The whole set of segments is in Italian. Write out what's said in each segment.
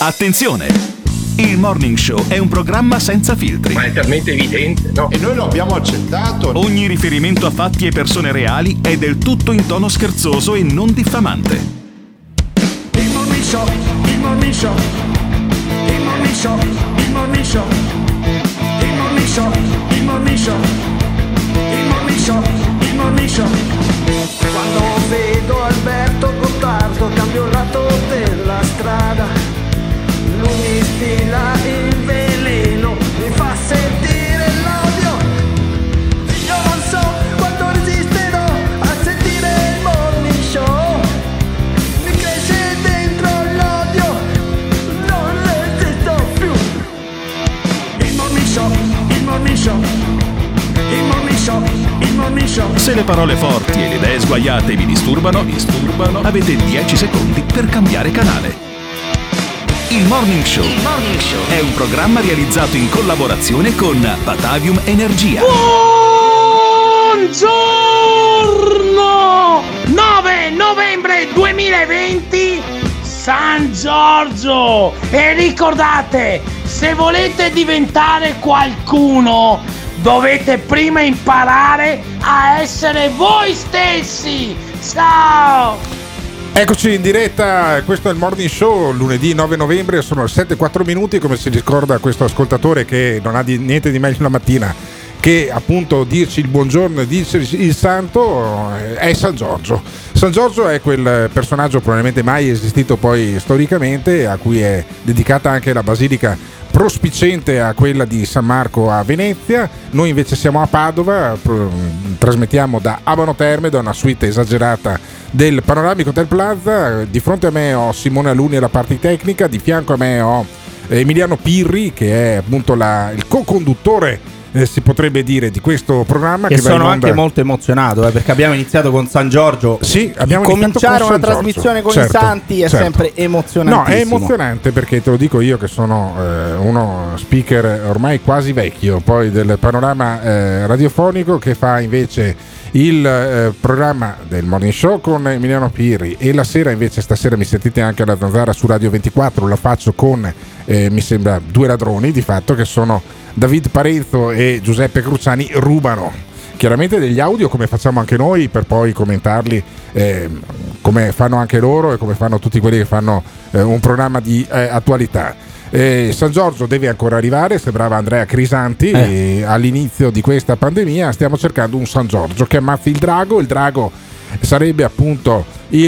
Attenzione! Il Morning Show è un programma senza filtri. Ma è talmente evidente, no? E noi lo abbiamo accettato. Ogni riferimento a fatti e persone reali è del tutto in tono scherzoso e non diffamante. Il Morning Show, il Morning Show, il Morning Show, il Morning Show, il Morning Show, il Morning Show, il Morning Show, il Morning Show. Quando vedo Alberto Gottardo cambio lato della strada. Lui mi stila il veleno, mi fa sentire l'odio. Io non so quanto resisterò a sentire il Morning Show. Mi cresce dentro l'odio, non resisto più. Il Morning Show, il Morning Show, il Morning Show, il Morning Show. Se le parole forti e le idee sguaiate vi disturbano, avete 10 secondi per cambiare canale. Il Morning Show è un programma realizzato in collaborazione con Batavium Energia. Buongiorno! 9 novembre 2020, San Giorgio! E ricordate, se volete diventare qualcuno, dovete prima imparare a essere voi stessi! Ciao! Eccoci in diretta, questo è il Morning Show, lunedì 9 novembre, sono le 7:04 minuti, come si ricorda questo ascoltatore che non ha niente di meglio la mattina che appunto dirci il buongiorno e dirci il santo, è San Giorgio. San Giorgio è quel personaggio probabilmente mai esistito poi storicamente, a cui è dedicata anche la basilica prospicente a quella di San Marco a Venezia. Noi invece siamo a Padova, trasmettiamo da Abano Terme, da una suite esagerata del Panoramico Hotel Plaza. Di fronte a me ho Simone Alunni alla parte tecnica, di fianco a me ho Emiliano Pirri, che è appunto il co-conduttore, si potrebbe dire, di questo programma. E sono anche molto emozionato perché abbiamo iniziato con San Giorgio. Sì, abbiamo cominciare con una trasmissione con i santi è sempre emozionantissimo. No, è emozionante perché te lo dico io che sono uno speaker ormai quasi vecchio poi del panorama radiofonico, che fa invece il programma del Morning Show con Emiliano Pirri, e la sera invece, stasera mi sentite anche alla Zanzara su Radio 24, la faccio con mi sembra due ladroni di fatto, che sono David Parenzo e Giuseppe Cruciani. Rubano chiaramente degli audio, come facciamo anche noi, per poi commentarli come fanno anche loro e come fanno tutti quelli che fanno un programma di attualità. San Giorgio deve ancora arrivare, sembrava Andrea Crisanti all'inizio di questa pandemia. Stiamo cercando un San Giorgio che ammazzi il drago sarebbe appunto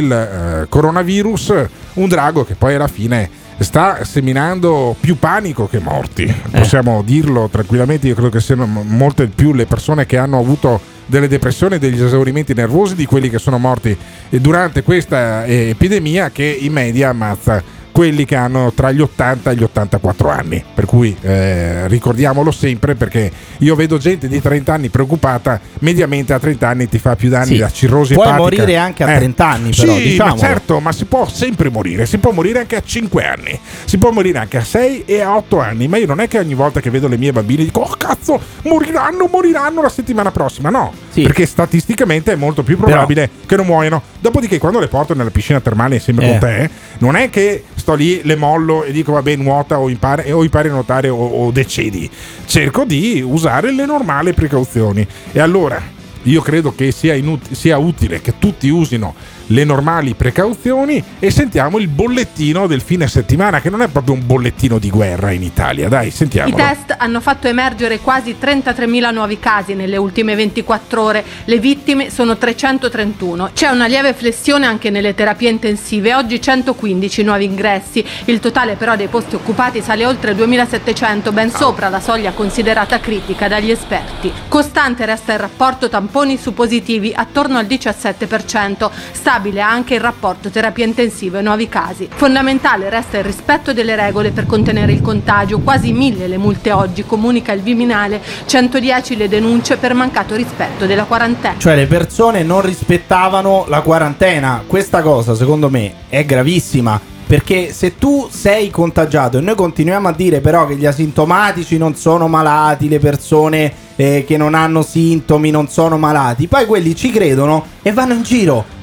il coronavirus, un drago che poi alla fine sta seminando più panico che morti, possiamo dirlo tranquillamente. Io credo che siano molte più le persone che hanno avuto delle depressioni e degli esaurimenti nervosi di quelli che sono morti durante questa epidemia, che in media ammazza quelli che hanno tra gli 80 e gli 84 anni, per cui ricordiamolo sempre, perché io vedo gente di 30 anni preoccupata. Mediamente a 30 anni ti fa più danni la cirrosi epatica. Puoi morire anche a 30 anni, però, sì, diciamolo. ma certo, ma si può sempre morire, si può morire anche a 5 anni, si può morire anche a 6 e a 8 anni, ma io non è che ogni volta che vedo le mie bambine dico oh cazzo, moriranno la settimana prossima, no, perché statisticamente è molto più probabile che non muoiano. Dopodiché quando le porto nella piscina termale insieme con te, non è che sto lì, le mollo e dico vabbè nuota o impari a nuotare o decedi. Cerco di usare le normali precauzioni, e allora io credo che sia utile che tutti usino le normali precauzioni, e sentiamo il bollettino del fine settimana, che non è proprio un bollettino di guerra in Italia, dai, sentiamolo. I test hanno fatto emergere quasi 33.000 nuovi casi nelle ultime 24 ore, le vittime sono 331. C'è una lieve flessione anche nelle terapie intensive, oggi 115 nuovi ingressi, il totale però dei posti occupati sale oltre 2.700, ben sopra la soglia considerata critica dagli esperti. Costante resta il rapporto tamponi su positivi, attorno al 17%, stabile anche il rapporto terapia intensiva e nuovi casi. Fondamentale resta il rispetto delle regole per contenere il contagio, quasi 1.000 le multe oggi, comunica il Viminale, 110 le denunce per mancato rispetto della quarantena. Cioè le persone non rispettavano la quarantena. Questa cosa secondo me è gravissima, perché se tu sei contagiato, e noi continuiamo a dire però che gli asintomatici non sono malati, le persone che non hanno sintomi non sono malati, poi quelli ci credono e vanno in giro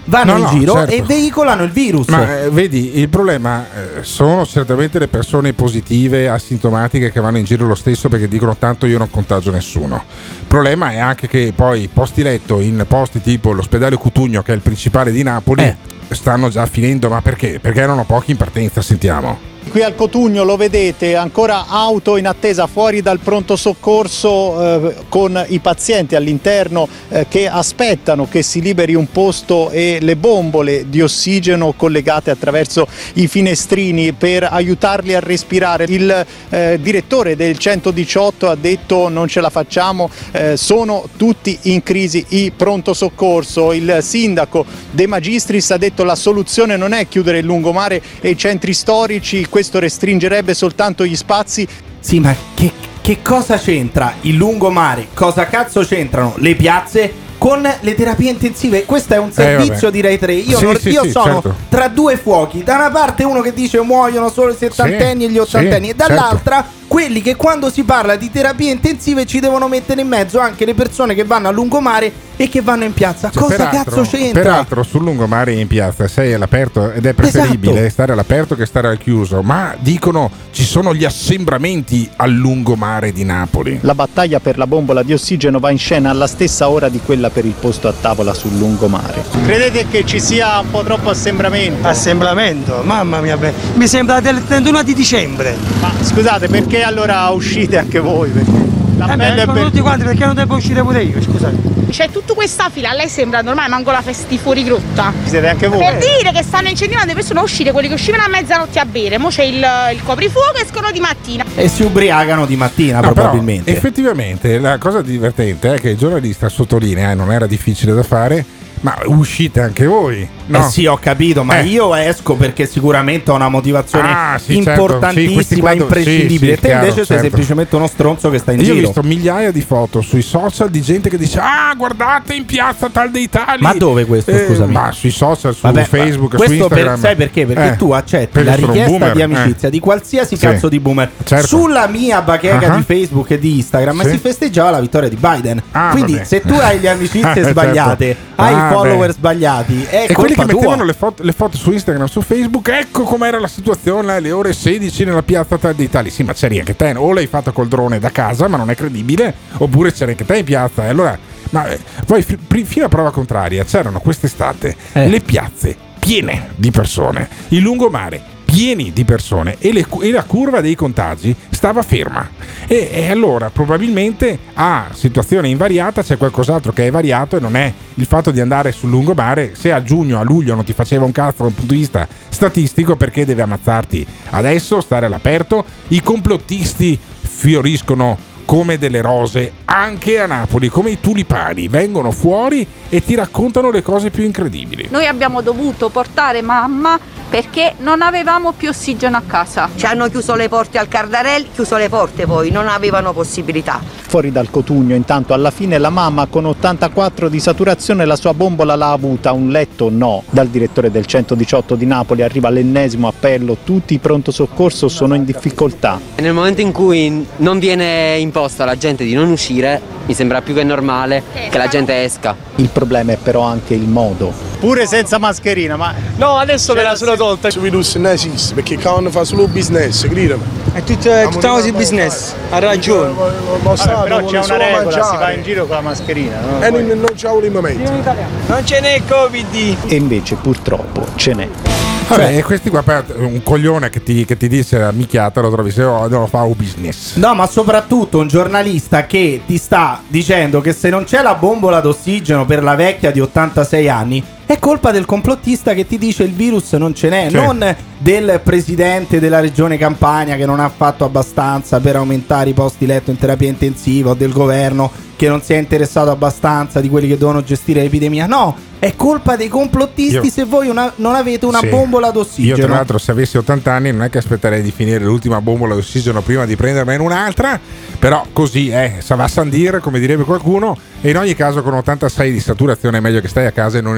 vanno in giro certo. e veicolano il virus. Ma vedi, il problema sono certamente le persone positive, asintomatiche, che vanno in giro lo stesso perché dicono tanto io non contagio nessuno. Il problema è anche che poi posti letto in posti tipo l'ospedale Cutugno, che è il principale di Napoli, stanno già finendo. Ma perché? Perché erano pochi in partenza, sentiamo. Qui al Cotugno lo vedete, ancora auto in attesa fuori dal pronto soccorso con i pazienti all'interno che aspettano che si liberi un posto e le bombole di ossigeno collegate attraverso i finestrini per aiutarli a respirare. Il direttore del 118 ha detto non ce la facciamo, sono tutti in crisi i pronto soccorso. Il sindaco De Magistris ha detto la soluzione non è chiudere il lungomare e i centri storici, questo restringerebbe soltanto gli spazi. Sì, ma che cosa c'entra il lungomare? Cosa cazzo c'entrano le piazze con le terapie intensive? Questo è un servizio di Rai 3. Io sono certo. Tra due fuochi. Da una parte uno che dice muoiono solo i settantenni e gli ottantenni, e dall'altra quelli che quando si parla di terapie intensive ci devono mettere in mezzo anche le persone che vanno a lungomare e che vanno in piazza. Cosa cazzo c'entra? Peraltro sul lungomare in piazza sei all'aperto ed è preferibile stare all'aperto che stare al chiuso. Ma dicono ci sono gli assembramenti al lungomare di Napoli. La battaglia per la bombola di ossigeno va in scena alla stessa ora di quella per il posto a tavola sul lungomare. Credete che ci sia un po' troppo assembramento? Assembramento? Mamma mia, mi sembra del 31 di dicembre. Ma scusate, perché allora uscite anche voi? Perché l'appello è per tutti quanti, perché non devo uscire pure io, scusate. C'è tutta questa fila, a lei sembra normale, manco la festi fuori grotta. Siete anche voi? Per dire che stanno incentivando le persone a uscire, quelli che uscivano a mezzanotte a bere. Mo c'è il coprifuoco e escono di mattina. E si ubriacano di mattina, probabilmente. Però, effettivamente la cosa divertente è che il giornalista sottolinea, non era difficile da fare, ma uscite anche voi, no? Sì, ho capito, ma io esco perché sicuramente ho una motivazione importantissima, imprescindibile. Te invece sei semplicemente uno stronzo che sta in giro. Io ho visto migliaia di foto sui social di gente che dice guardate in piazza tal dei tali. Ma dove questo, scusami? Ma sui social, su Facebook, su Instagram. Sai perché? Perché tu accetti la richiesta di amicizia di qualsiasi cazzo di boomer. Certo. Sulla mia bacheca di Facebook e di Instagram si festeggiava la vittoria di Biden. Quindi se tu hai le amicizie sbagliate, hai follower sbagliati, è e quelli che tua. mettevano le foto su Instagram, su Facebook, ecco com'era la situazione alle ore 16 nella piazza d'Italia. Sì, ma c'eri anche te, o l'hai fatta col drone da casa, ma non è credibile, oppure c'eri anche te in piazza. E allora, ma poi fino a prova contraria, c'erano quest'estate le piazze piene di persone, il lungomare pieni di persone e la curva dei contagi stava ferma e allora probabilmente situazione invariata c'è qualcos'altro che è variato e non è il fatto di andare sul lungomare. Se a giugno, a luglio non ti faceva un cazzo dal punto di vista statistico, perché deve ammazzarti adesso, stare all'aperto? I complottisti fioriscono come delle rose anche a Napoli, come i tulipani, vengono fuori e ti raccontano le cose più incredibili. Noi abbiamo dovuto portare mamma perché non avevamo più ossigeno a casa. Ci hanno chiuso le porte al Cardarelli, chiuso le porte poi, non avevano possibilità. Fuori dal Cotugno, intanto alla fine la mamma con 84 di saturazione la sua bombola l'ha avuta, un letto no. Dal direttore del 118 di Napoli arriva l'ennesimo appello, tutti i pronto soccorso sono in difficoltà. Nel momento in cui non viene imposto alla gente di non uscire, mi sembra più che normale che la gente esca. Il problema è però anche il modo. Pure senza mascherina, ma... No, adesso me la sono tolta. Il virus non esiste, perché Khan fa solo business, credimi. È tutta cosa di business, ha ragione. Però c'è una regola, si va in giro con la mascherina, no? E non c'è un momento. Non ce n'è Covid. E invece purtroppo ce n'è. Vabbè, e questi qua, un coglione che ti dice la minchiata lo trovi se no lo fa un business. No, ma soprattutto un giornalista che ti sta dicendo che se non c'è la bombola d'ossigeno per la vecchia di 86 anni è colpa del complottista che ti dice il virus non ce n'è, non del presidente della regione Campania che non ha fatto abbastanza per aumentare i posti letto in terapia intensiva, o del governo che non si è interessato abbastanza di quelli che devono gestire l'epidemia. No, è colpa dei complottisti se voi non avete una bombola d'ossigeno. Io tra l'altro, se avessi 80 anni non è che aspetterei di finire l'ultima bombola d'ossigeno prima di prenderne un'altra, però così ça va a San dire, come direbbe qualcuno. E in ogni caso con 86 di saturazione è meglio che stai a casa e non in ospedale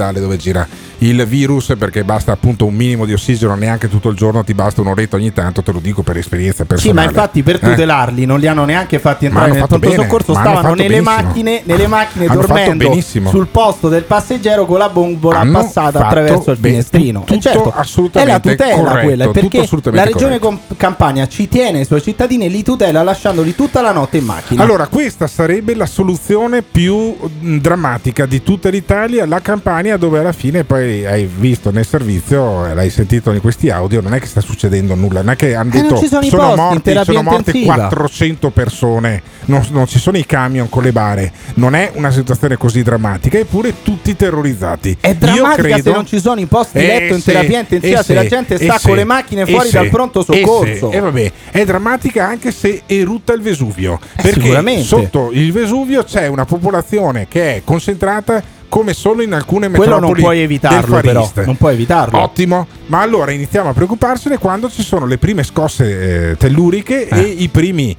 ospedale dove gira il virus, perché basta appunto un minimo di ossigeno, neanche tutto il giorno, ti basta un'oretta ogni tanto, te lo dico per esperienza personale. Sì, ma infatti per tutelarli non li hanno neanche fatti entrare nel pronto soccorso, stavano nelle macchine dormendo sul posto del passeggero con la bombola passata attraverso il finestrino. Tutto certo, assolutamente è la tutela corretto, quella, perché la regione corretto. Campania ci tiene ai suoi cittadini e li tutela lasciandoli tutta la notte in macchina. Allora, questa sarebbe la soluzione più drammatica di tutta l'Italia, la Campania, dove alla fine poi hai visto nel servizio, l'hai sentito in questi audio, non è che sta succedendo nulla, non è che hanno detto sono morte 400 persone, non ci sono i camion con le bare, non è una situazione così drammatica, eppure tutti terrorizzati. È drammatica se non ci sono i posti letto in terapia intensiva, se la gente sta con le macchine fuori dal pronto soccorso. E vabbè, è drammatica anche se erutta il Vesuvio, perché sotto il Vesuvio c'è una popolazione che è concentrata come solo in alcune metropoli. Quello non puoi evitarlo, però non puoi evitarlo. Ottimo, ma allora iniziamo a preoccuparsene quando ci sono le prime scosse telluriche e i primi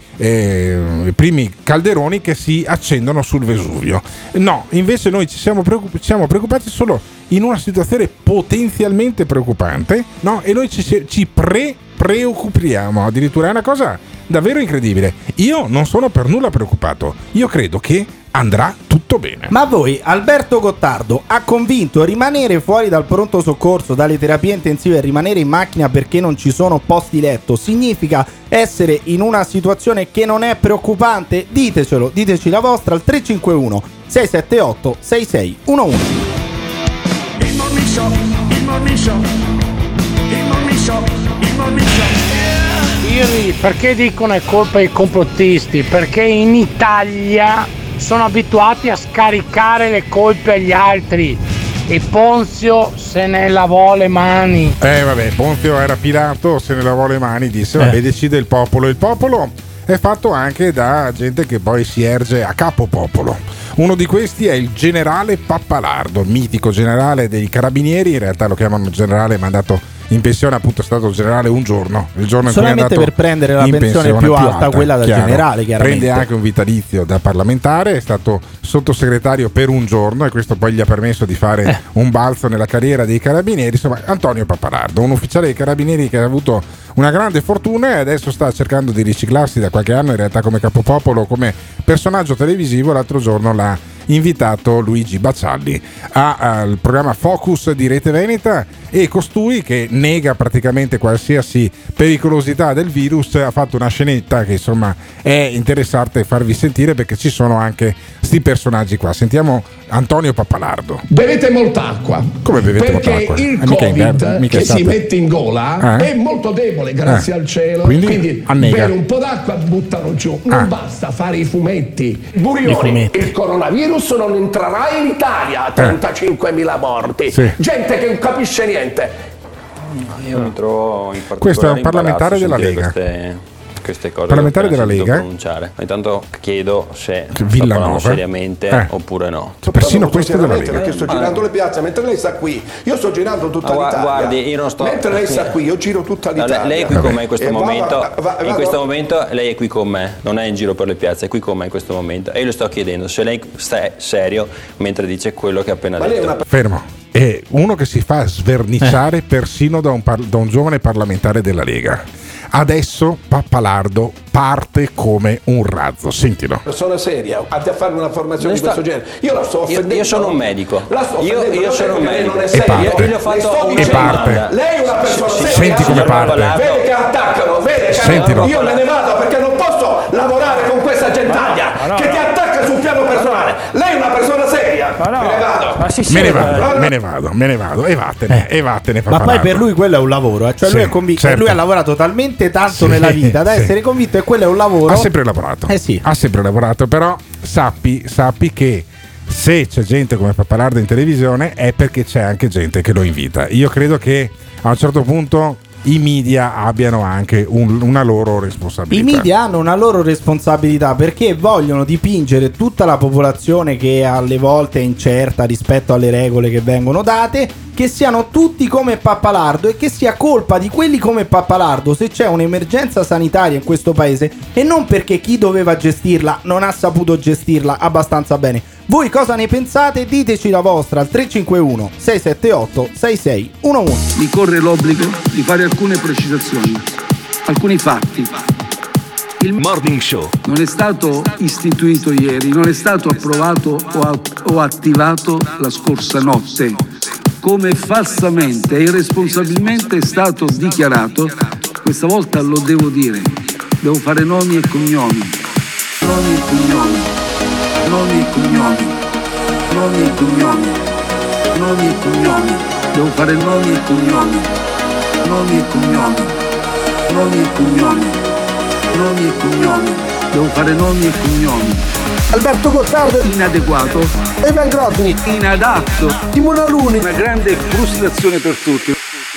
calderoni che si accendono sul Vesuvio. No, invece noi ci siamo preoccupati solo in una situazione potenzialmente preoccupante, no? E noi ci preoccupiamo, addirittura è una cosa davvero incredibile. Io non sono per nulla preoccupato, io credo che andrà tutto bene. Ma voi, Alberto Gottardo, ha convinto rimanere fuori dal pronto soccorso, dalle terapie intensive e rimanere in macchina perché non ci sono posti letto significa essere in una situazione che non è preoccupante? Ditecelo, diteci la vostra al 351 678 6611. Il Morning Show, il Morning Show, il Morning Show, il Morning Show. Perché dicono è colpa dei complottisti? Perché in Italia sono abituati a scaricare le colpe agli altri e Ponzio se ne lavò le mani. Vabbè, Ponzio era Pilato, se ne lavò le mani, disse vabbè, decide il popolo. Il popolo è fatto anche da gente che poi si erge a capo popolo. Uno di questi è il generale Pappalardo, mitico generale dei carabinieri, in realtà lo chiamano generale, ma è andato in pensione, appunto è stato generale un giorno, il giorno in cui è andato per prendere la pensione più alta, quella da generale, chiaramente. Prende anche un vitalizio da parlamentare, è stato sottosegretario per un giorno e questo poi gli ha permesso di fare un balzo nella carriera dei carabinieri. Insomma, Antonio Pappalardo, un ufficiale dei carabinieri che ha avuto una grande fortuna e adesso sta cercando di riciclarsi da qualche anno in realtà come capopopolo, come personaggio televisivo. L'altro giorno l'ha invitato Luigi Baccialli al programma Focus di Rete Veneta e costui, che nega praticamente qualsiasi pericolosità del virus, ha fatto una scenetta che insomma è interessante farvi sentire, perché ci sono anche sti personaggi qua. Sentiamo Antonio Pappalardo. Bevete molta acqua. Come bevete molta acqua? Perché il Covid che si mette in gola è molto debole, grazie al cielo. Quindi bere un po' d'acqua, buttano giù. Non basta fare i fumetti. Burioni, il coronavirus non entrerà in Italia. 35.000 morti. Sì. Gente che non capisce niente. Io mi trovo in particolare questo è un parlamentare della Lega. Queste cose parlamentare della Lega pronunciare. Intanto chiedo se Villanova seriamente oppure no. Persino questo della Lega, perché sto girando le piazze mentre lei sta qui. Io sto girando tutta l'Italia. Guardi, io non sto. Mentre lei sta qui, io giro tutta l'Italia. Lei è qui con me in questo momento. In questo momento lei è qui con me, non è in giro per le piazze, è qui con me in questo momento. E io le sto chiedendo se lei sta serio mentre dice quello che ha appena detto. Fermo. È uno che si fa sverniciare persino da un giovane parlamentare della Lega. Adesso Pappalardo parte come un razzo, sentilo. Persona seria, a farmi una formazione di questo genere. Io la sto offendendo. Io sono un medico. Io sono un medico. Non è seria. Io gli ho fatto una domanda. Lei è una persona seria. Senti come parte. Vede che attaccano, vede che io me ne vado perché non posso lavorare con questa gentaglia che ti attacca sul piano personale. Lei è una persona seria. Me ne vado. E vattene. Ma poi per lui quello è un lavoro, cioè lui è convinto, certo. Lui ha lavorato talmente tanto nella vita da essere convinto che quello è un lavoro. Ha sempre lavorato. Ha sempre lavorato, però sappi che se c'è gente come Pappalardo in televisione è perché c'è anche gente che lo invita. Io credo che a un certo punto i media abbiano anche una loro responsabilità. I media hanno una loro responsabilità perché vogliono dipingere tutta la popolazione che alle volte è incerta rispetto alle regole che vengono date, che siano tutti come Pappalardo e che sia colpa di quelli come Pappalardo se c'è un'emergenza sanitaria in questo paese, e non perché chi doveva gestirla non ha saputo gestirla abbastanza bene. Voi cosa ne pensate? Diteci la vostra al 351 678 6611. Mi corre l'obbligo di fare alcune precisazioni, alcuni fatti. Il Morning Show non è stato istituito ieri, non è stato approvato o attivato la scorsa notte, come falsamente e irresponsabilmente è stato dichiarato. Questa volta lo devo dire, devo fare nomi e cognomi, nomi e cognomi, nomi e cognomi, nomi e cognomi, nomi e cognomi, devo fare nomi e cognomi, nomi e cognomi, nomi e cognomi, nomi e cognomi, devo fare nomi e cognomi. Alberto Gottardo inadeguato, Evan Grosni inadatto, Simone Alunni, una grande frustrazione per tutti.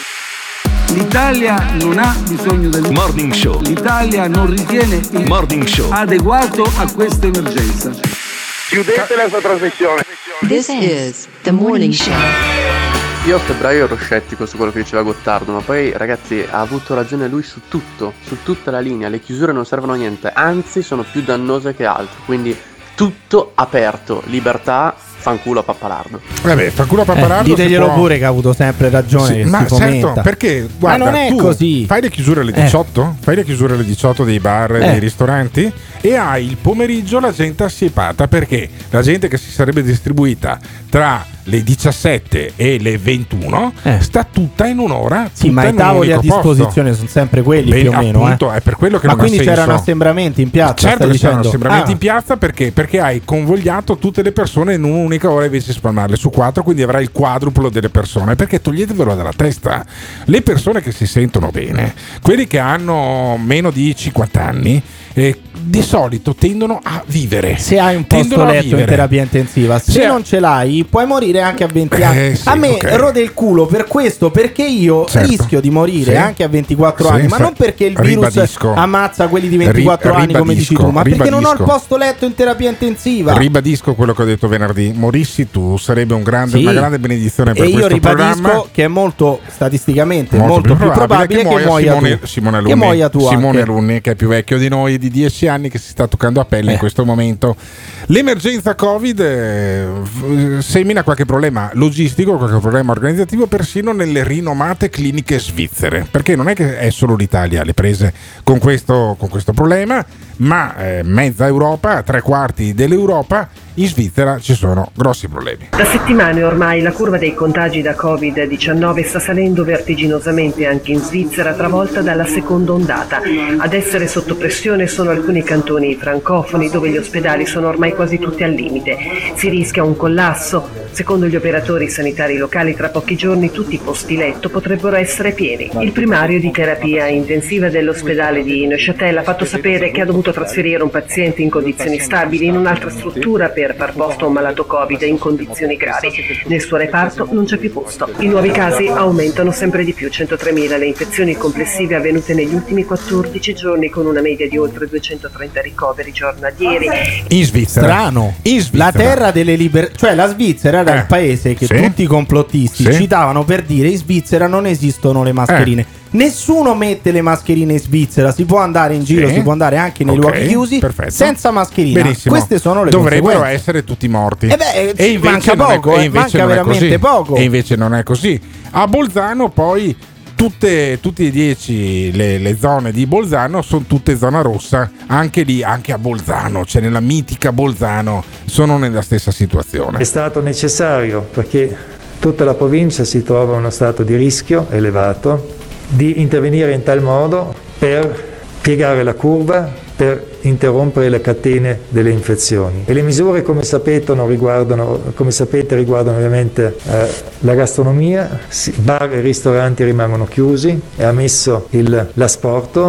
L'Italia non ha bisogno del Morning Show. L'Italia non ritiene il Morning Show adeguato a questa emergenza. Chiudete la sua trasmissione. This is the Morning Show. Io a febbraio ero scettico su quello che diceva Gottardo, ma poi ragazzi ha avuto ragione lui su tutto, su tutta la linea. Le chiusure non servono a niente, anzi sono più dannose che altro, quindi tutto aperto, libertà, fanculo a Pappalardo. Vabbè, fanculo a Pappalardo. Diteglielo pure che ha avuto sempre ragione. Sì, ma certo, perché guarda, ma non è tu così. Fai le chiusure alle 18, fai le chiusure alle 18 dei bar e dei ristoranti e hai il pomeriggio la gente assiepata, perché la gente che si sarebbe distribuita tra le 17 e le 21 sta tutta in un'ora. Sì, ma i tavoli a disposizione sono sempre quelli. Beh, più o meno. Appunto, è per quello che ma non ha quindi senso. c'erano assembramenti in piazza? Certo che c'erano assembramenti in piazza, perché hai convogliato tutte le persone in un'unica ora invece di spalmarle su 4, quindi avrai il quadruplo delle persone. Perché toglietevelo dalla testa. Le persone che si sentono bene, quelli che hanno meno di 50 anni, di solito tendono a vivere. Se hai un posto letto in terapia intensiva, se non ce l'hai puoi morire anche a 20 anni. Sì, a me rode il culo per questo, perché io rischio di morire anche a 24 anni, ma non perché il virus ammazza quelli di 24 anni come dici tu, ma perché non ho il posto letto in terapia intensiva. Ribadisco quello che ho detto venerdì: morissi tu sarebbe una grande benedizione per questo programma. E io ribadisco che è molto statisticamente molto più probabile che muoia Simone Alunni, che è più vecchio di noi di 10 anni, che si sta toccando a pelle in questo momento. L'emergenza Covid semina qualche problema logistico, qualche problema organizzativo persino nelle rinomate cliniche svizzere, perché non è che è solo l'Italia alle prese con questo problema, ma mezza Europa, 3/4 dell'Europa. In Svizzera ci sono grossi problemi. Da settimane ormai la curva dei contagi da Covid-19 sta salendo vertiginosamente anche in Svizzera, travolta dalla seconda ondata. Ad essere sotto pressione sono alcuni cantoni francofoni, dove gli ospedali sono ormai quasi tutti al limite. Si rischia un collasso. Secondo gli operatori sanitari locali, tra pochi giorni tutti i posti letto potrebbero essere pieni. Il primario di terapia intensiva dell'ospedale di Neuchâtel ha fatto sapere che ha dovuto trasferire un paziente in condizioni stabili in un'altra struttura per far posto a un malato Covid in condizioni gravi. Nel suo reparto non c'è più posto. I nuovi casi aumentano sempre di più, 103.000 le infezioni complessive avvenute negli ultimi 14 giorni, con una media di oltre 230 ricoveri giornalieri. In Svizzera. Strano. La terra delle libertà, cioè la Svizzera era il paese che tutti i complottisti citavano per dire: in Svizzera non esistono le mascherine. Nessuno mette le mascherine in Svizzera, si può andare in giro, si può andare anche nei luoghi chiusi senza mascherina. Benissimo. Queste sono le dovrebbero essere tutti morti. E invece manca poco, manca veramente poco. E invece non è così. A Bolzano poi tutte e 10 le zone di Bolzano sono tutte zona rossa, anche lì, anche a Bolzano, cioè nella mitica Bolzano, sono nella stessa situazione. È stato necessario, perché tutta la provincia si trova in uno stato di rischio elevato, di intervenire in tal modo per piegare la curva, per interrompere le catene delle infezioni. E le misure, come sapete, riguardano ovviamente la gastronomia, bar e ristoranti rimangono chiusi, è ammesso l'asporto,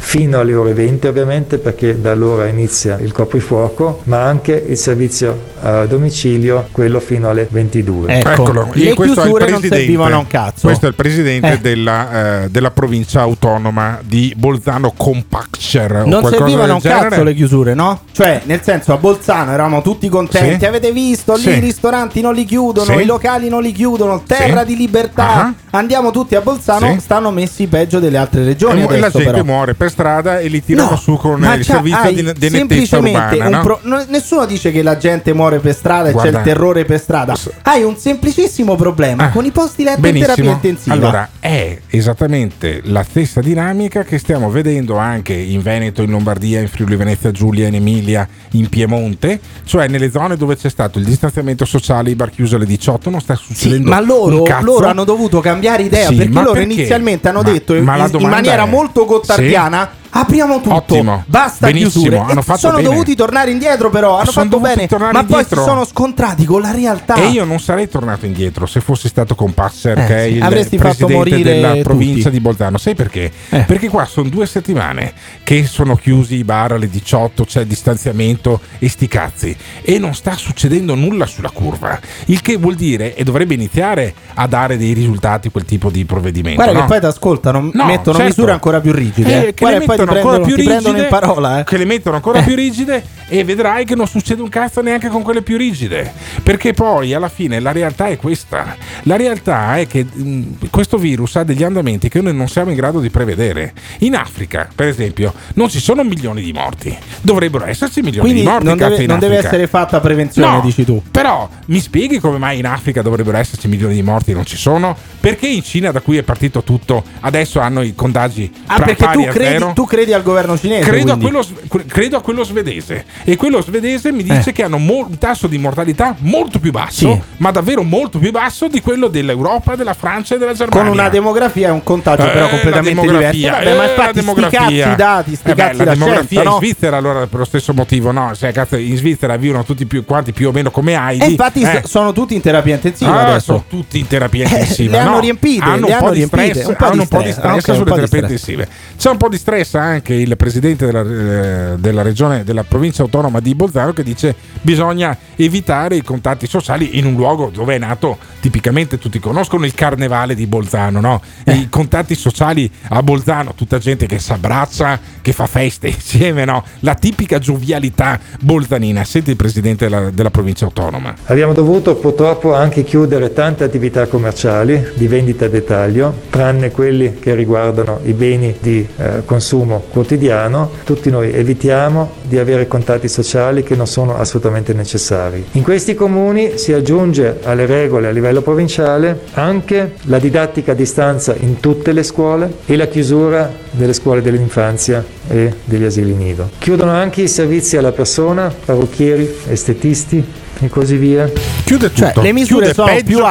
fino alle ore 20 ovviamente, perché da allora inizia il coprifuoco, ma anche il servizio a domicilio, quello fino alle 22. Eccolo, le chiusure non servivano a un cazzo. Questo è il presidente della provincia autonoma di Bolzano Compacture. Non servivano a un cazzo le chiusure, no? Cioè, nel senso, a Bolzano eravamo tutti contenti. Sì. Avete visto? Lì i ristoranti non li chiudono, i locali non li chiudono, terra di libertà. Andiamo tutti a Bolzano, stanno messi peggio delle altre regioni. E la gente muore per strada e li tirano su con il servizio di nettezza urbana. Nessuno dice che la gente muore per strada e c'è il terrore per strada. Hai un semplicissimo problema con i posti letto in terapia intensiva. Allora, è esattamente la stessa dinamica che stiamo vedendo anche in Veneto, in Lombardia, in Friuli Venezia Giulia, in Emilia, in Piemonte, cioè nelle zone dove c'è stato il distanziamento sociale, i bar chiusi alle 18, non sta succedendo ma loro un hanno dovuto cambiare idea, perché loro inizialmente hanno detto in maniera molto gottardiana: apriamo tutto, ottimo, basta chiusure. Hanno fatto sono bene. dovuti tornare indietro, però hanno fatto bene, ma poi si sono scontrati con la realtà. E io non sarei tornato indietro se fossi stato con Passer, che è il avresti fatto presidente morire della tutti. provincia di Bolzano. Sai perché? Perché qua sono 2 settimane che sono chiusi i bar alle 18, c'è distanziamento e sti cazzi, e non sta succedendo nulla sulla curva, il che vuol dire, e dovrebbe iniziare a dare dei risultati quel tipo di provvedimento. Guarda che poi ti ascoltano, mettono misure ancora più rigide, che le mettono ancora più rigide, in parola, che le mettono ancora più rigide, e vedrai che non succede un cazzo neanche con quelle più rigide, perché poi alla fine la realtà è questa. La realtà è che questo virus ha degli andamenti che noi non siamo in grado di prevedere. In Africa, per esempio, non ci sono milioni di morti, dovrebbero esserci milioni di morti. Non deve essere fatta prevenzione, dici tu. Però mi spieghi come mai in Africa dovrebbero esserci milioni di morti e non ci sono? Perché in Cina, da cui è partito tutto, adesso hanno i contagi perché pari a zero? Tu credi al governo cinese? Credo a quello svedese, e quello svedese mi dice che hanno un tasso di mortalità molto più basso, ma davvero molto più basso di quello dell'Europa, della Francia e della Germania, con una demografia e un contagio però completamente diverso. Vabbè, ma infatti sti cazzi i dati, sti cazzi la la demografia scienza, no? in Svizzera, allora, per lo stesso motivo, no? Cioè, cazzo, in Svizzera vivono tutti quanti più o meno come Heidi, e infatti sono tutti in terapia intensiva adesso. Sono tutti in terapia intensiva, le hanno riempite, hanno un po' di stress sulle terapie intensive. C'è un po' di stress anche il presidente della regione, della provincia autonoma di Bolzano, che dice bisogna evitare i contatti sociali in un luogo dove è nato, tipicamente tutti conoscono il carnevale di Bolzano, no? I contatti sociali a Bolzano, tutta gente che si abbraccia, che fa feste insieme, no? La tipica giovialità bolzanina. Senti il presidente della provincia autonoma. Abbiamo dovuto purtroppo anche chiudere tante attività commerciali di vendita a dettaglio, tranne quelli che riguardano i beni di consumo quotidiano. Tutti noi evitiamo di avere contatti sociali che non sono assolutamente necessari. In questi comuni si aggiunge alle regole a livello provinciale anche la didattica a distanza in tutte le scuole e la chiusura delle scuole dell'infanzia e degli asili nido. Chiudono anche i servizi alla persona, parrucchieri, estetisti e così via. Chiude tutto. Cioè, le misure sono più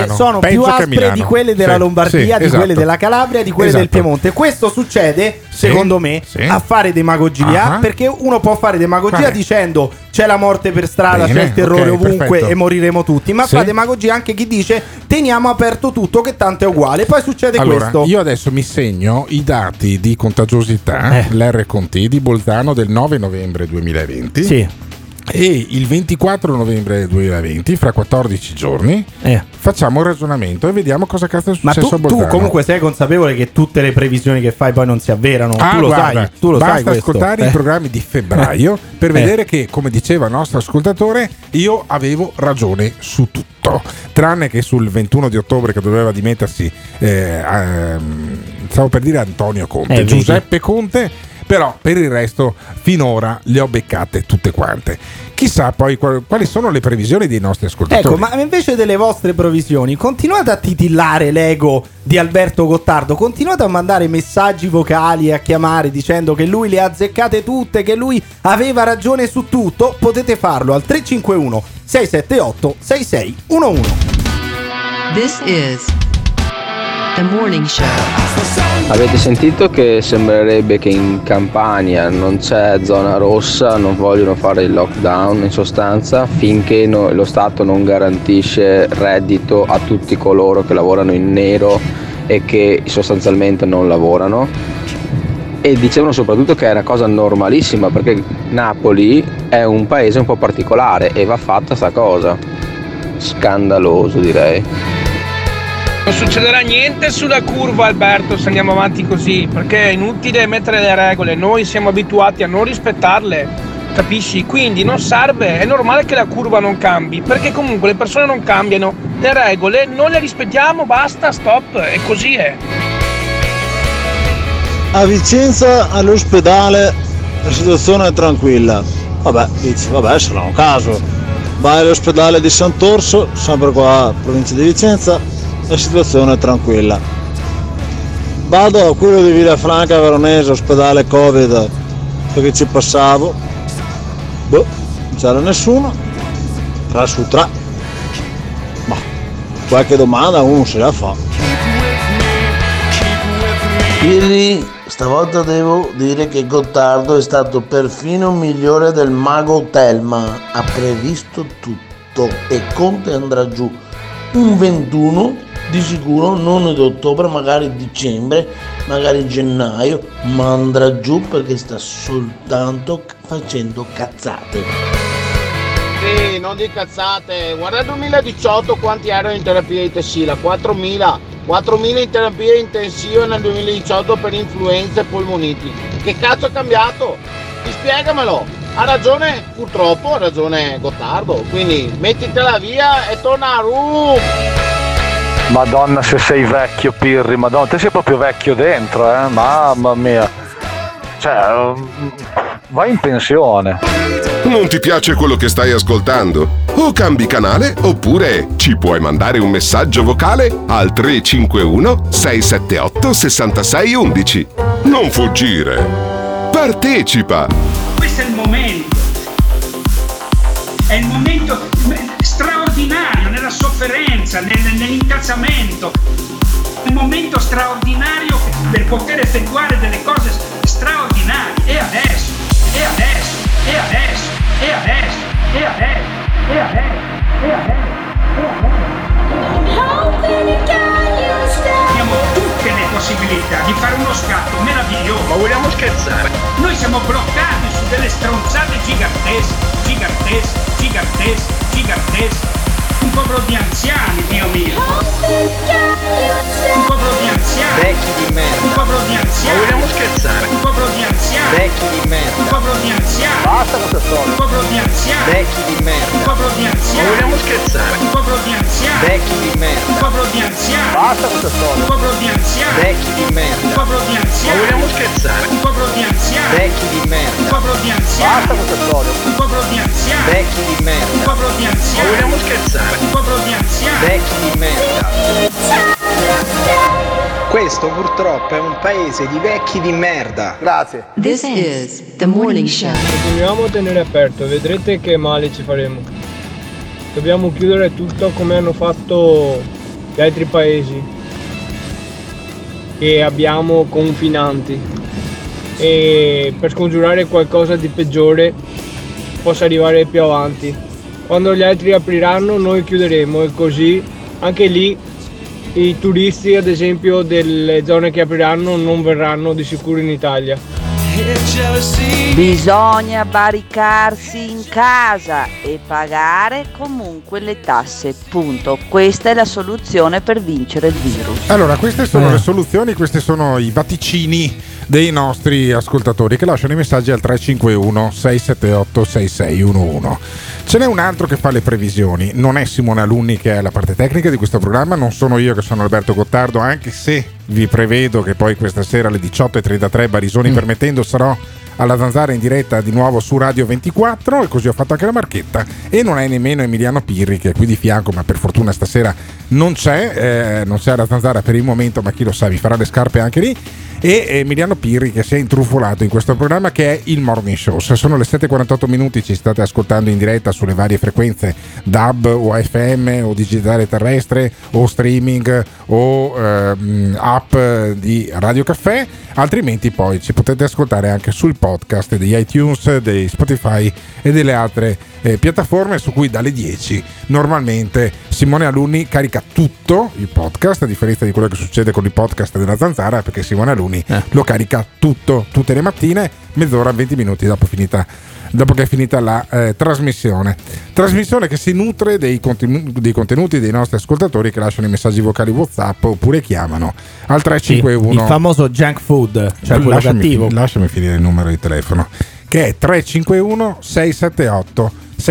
aspre di quelle della Lombardia, di quelle della Calabria, di quelle del Piemonte. Questo succede, secondo me, a fare demagogia, perché uno può fare demagogia dicendo c'è la morte per strada, c'è il terrore ovunque e moriremo tutti, ma fa demagogia anche chi dice teniamo aperto tutto che tanto è uguale. Poi succede questo. Io adesso mi segno i dati di contagiosità, l'R-Conti di Bolzano del 9 novembre 2020. E il 24 novembre 2020, fra 14 giorni, facciamo un ragionamento e vediamo cosa cazzo è successo a Bolzano. Tu comunque sei consapevole che tutte le previsioni che fai poi non si avverano. Tu lo sai. Basta ascoltare i programmi di febbraio per vedere che, come diceva il nostro ascoltatore, io avevo ragione su tutto, tranne che sul 21 di ottobre, che doveva dimettersi stavo per dire Antonio Conte, Giuseppe Conte. Però per il resto finora le ho beccate tutte quante. Chissà poi quali sono le previsioni dei nostri ascoltatori. Ecco, ma invece delle vostre previsioni continuate a titillare l'ego di Alberto Gottardo, continuate a mandare messaggi vocali e a chiamare dicendo che lui le ha azzeccate tutte, che lui aveva ragione su tutto. Potete farlo al 351 678 6611. This is The Morning Show. Avete sentito che sembrerebbe che in Campania non c'è zona rossa, non vogliono fare il lockdown in sostanza finché lo Stato non garantisce reddito a tutti coloro che lavorano in nero e che sostanzialmente non lavorano. e dicevano soprattutto che è una cosa normalissima, perché Napoli è un paese un po' particolare e va fatta sta cosa. Scandaloso, direi. Non succederà niente sulla curva, Alberto, se andiamo avanti così, perché è inutile mettere le regole, noi siamo abituati a non rispettarle, capisci? Quindi non serve, è normale che la curva non cambi, perché comunque le persone non cambiano, le regole non le rispettiamo, basta, stop, e così è. A Vicenza all'ospedale la situazione è tranquilla. Vabbè, dici, sarà un caso. Vai all'ospedale di Sant'Orso, sempre qua, provincia di Vicenza, la situazione è tranquilla. Vado a quello di Villafranca Veronese, ospedale Covid, perché ci passavo. Non c'era nessuno. 3 su 3. Ma qualche domanda uno se la fa. Pirri, stavolta devo dire che Gottardo è stato perfino migliore del mago Telma, ha previsto tutto e Conte andrà giù un 21 di sicuro, non ad ottobre, magari dicembre, magari gennaio, ma andrà giù perché sta soltanto facendo cazzate. Sì, non di cazzate, guarda il 2018 quanti erano in terapia intensiva, 4.000 in terapia intensiva nel 2018 per influenza e polmoniti. Che cazzo è cambiato? Spiegamelo. Ha ragione, purtroppo ha ragione Gottardo, quindi mettitela via e torna a Ru. Madonna se sei vecchio, Pirri, madonna, te sei proprio vecchio dentro, mamma mia. Cioè, vai in pensione. Non ti piace quello che stai ascoltando? O cambi canale oppure ci puoi mandare un messaggio vocale al 351 678 6611. Non fuggire. Partecipa. Questo è il momento. È il momento straordinario nella sofferenza, nell'incazzamento. Un momento straordinario per poter effettuare delle cose straordinarie. E adesso, e adesso, e adesso, e adesso, e adesso, e adesso, e adesso, abbiamo tutte le possibilità di fare uno scatto meraviglioso. Ma vogliamo scherzare? Noi siamo bloccati su delle stronzate gigantesche. Un popolo di anziani, Dio mio. Un popolo di anziani. Vecchi di merda. Un popolo di anziani. Ma vogliamo scherzare? Un popolo di anziani. Vecchi di merda. Un popolo di anziani. Basta con questo storia. Un popolo di anziani. Vecchi di merda. Un popolo di anziani. Ma vogliamo scherzare? Un popolo di anziani. Vecchi di merda. Un popolo di anziani. Basta con questo storia. Un popolo di anziani. Vecchi di merda. Un popolo di anziani. Ma vogliamo scherzare? Un popolo di anziani. Vecchi di merda. Un popolo di anziani. Basta con questo storia. Un popolo di anziani. Vecchi di merda. Un popolo di anziani. Ma vogliamo scherzare? Un popolo di anziani. Vecchi di merda. Questo purtroppo è un paese di vecchi di merda. Grazie. This is the morning show. Continuiamo a tenere aperto, vedrete che male ci faremo. Dobbiamo chiudere tutto come hanno fatto gli altri paesi che abbiamo confinanti, e per scongiurare qualcosa di peggiore possa arrivare più avanti. Quando gli altri apriranno noi chiuderemo, e così anche lì i turisti, ad esempio, delle zone che apriranno non verranno di sicuro in Italia. Bisogna barricarsi in casa e pagare comunque le tasse, punto. Questa è la soluzione per vincere il virus. Allora, queste sono le soluzioni, questi sono i vaticini dei nostri ascoltatori che lasciano i messaggi al 351 678 6611. Ce n'è un altro che fa le previsioni, non è Simone Alunni che è la parte tecnica di questo programma, non sono io che sono Alberto Gottardo, anche se vi prevedo che poi questa sera alle 18.33 Barisoni permettendo sarò alla Zanzara in diretta di nuovo su Radio 24, e così ho fatto anche la marchetta, e non è nemmeno Emiliano Pirri che è qui di fianco, ma per fortuna stasera non c'è alla Zanzara per il momento, ma chi lo sa vi farà le scarpe anche lì, e Emiliano Pirri che si è intrufolato in questo programma che è il Morning Show. Se sono le 7.48 minuti ci state ascoltando in diretta sulle varie frequenze DAB o FM o digitale terrestre o streaming o app di Radio Caffè, altrimenti poi ci potete ascoltare anche sul podcast di iTunes, di Spotify e delle altre piattaforme su cui dalle 10 normalmente Simone Alunni carica tutto il podcast, a differenza di quello che succede con i podcast della Zanzara, perché Simone Alunni lo carica tutto tutte le mattine, mezz'ora, 20 minuti dopo che è finita la trasmissione che si nutre dei contenuti dei nostri ascoltatori che lasciano i messaggi vocali WhatsApp oppure chiamano al 351 il famoso junk food, cioè quello cattivo. Lasciami finire il numero di telefono, che è 351 678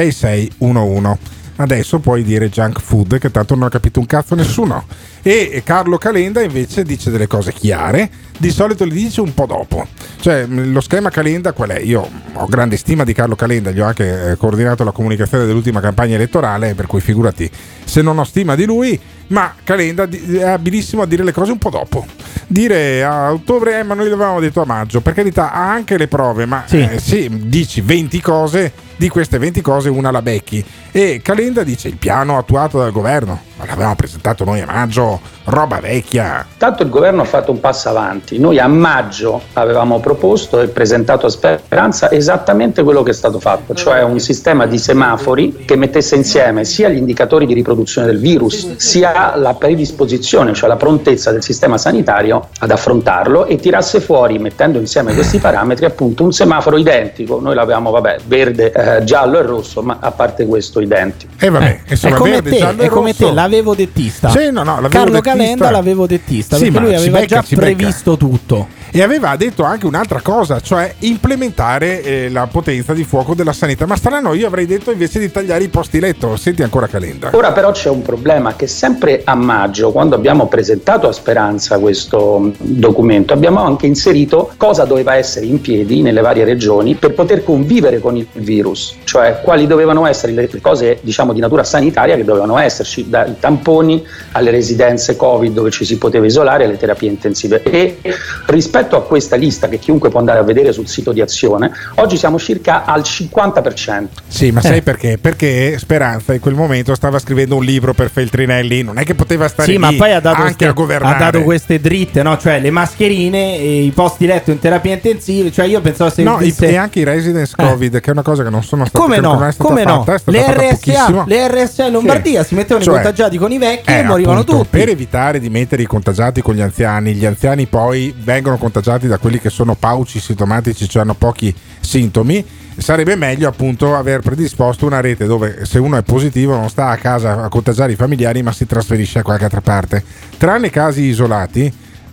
6611. Adesso puoi dire junk food, che tanto non ha capito un cazzo nessuno. E Carlo Calenda invece dice delle cose chiare, di solito le dice un po' dopo. Cioè, lo schema Calenda qual è? Io ho grande stima di Carlo Calenda, gli ho anche coordinato la comunicazione dell'ultima campagna elettorale, per cui figurati se non ho stima di lui. Ma Calenda è abilissimo a dire le cose un po' dopo. Dire a ottobre, ma noi l'avevamo detto a maggio. Per carità, ha anche le prove, ma sì, dici 20 cose, di queste 20 cose una la becchi. E Calenda dice il piano attuato dal governo, ma l'avevamo presentato noi a maggio, roba vecchia. Tanto il governo ha fatto un passo avanti. Noi a maggio avevamo proposto e presentato a Speranza esattamente quello che è stato fatto, cioè un sistema di semafori che mettesse insieme sia gli indicatori di riproduzione del virus, sia la predisposizione, cioè la prontezza del sistema sanitario ad affrontarlo, e tirasse fuori, mettendo insieme questi parametri, appunto un semaforo identico. Noi l'avevamo, verde, giallo e rosso, ma a parte questo identico. E insomma, è come verde, te, giallo e è come rosso. te, l'avevo dettista. Sì, l'avevo Carlo dettista. Calenda l'avevo dettista, Sì, perché ma lui aveva già ci becca. previsto tutto. E aveva detto anche un'altra cosa, cioè implementare la potenza di fuoco della sanità. Ma strano, io avrei detto invece di tagliare i posti letto. Senti ancora Calenda. Ora però c'è un problema, che sempre a maggio, quando abbiamo presentato a Speranza questo documento, abbiamo anche inserito cosa doveva essere in piedi nelle varie regioni per poter convivere con il virus, cioè quali dovevano essere le cose, diciamo, di natura sanitaria che dovevano esserci, dai tamponi alle residenze Covid dove ci si poteva isolare, alle terapie intensive. E rispetto a questa lista, che chiunque può andare a vedere sul sito di Azione, oggi siamo circa al 50%. Sì, ma sai perché? Perché Speranza in quel momento stava scrivendo un libro per Feltrinelli, non è che poteva stare lì, ma poi ha dato anche a governare. Ha dato queste dritte, no? Cioè le mascherine e i posti letto in terapia intensiva. Cioè io pensavo e anche i residence Covid, che è una cosa che non sono state come no? Non è stata come fatta, no? è stata fatta pochissimo. Le RSA in Lombardia si mettevano i contagiati con i vecchi e morivano appunto, tutti. Per evitare di mettere i contagiati con gli anziani poi vengono contagiati da quelli che sono pauci sintomatici, cioè hanno pochi sintomi. Sarebbe meglio appunto aver predisposto una rete dove se uno è positivo non sta a casa a contagiare i familiari, ma si trasferisce a qualche altra parte. Tranne casi isolati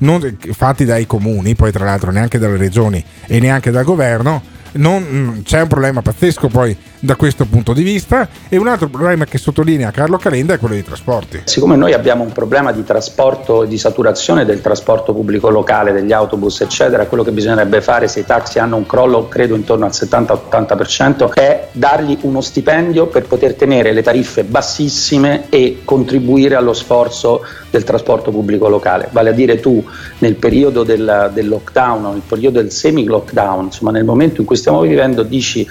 fatti dai comuni, poi tra l'altro neanche dalle regioni e neanche dal governo, c'è un problema pazzesco poi da questo punto di vista. E un altro problema che sottolinea Carlo Calenda è quello dei trasporti. Siccome noi abbiamo un problema di trasporto e di saturazione del trasporto pubblico locale, degli autobus eccetera, quello che bisognerebbe fare, se i taxi hanno un crollo credo intorno al 70-80%, è dargli uno stipendio per poter tenere le tariffe bassissime e contribuire allo sforzo del trasporto pubblico locale. Vale a dire, tu nel periodo del lockdown o nel periodo del semi-lockdown, insomma nel momento in cui stiamo vivendo, dici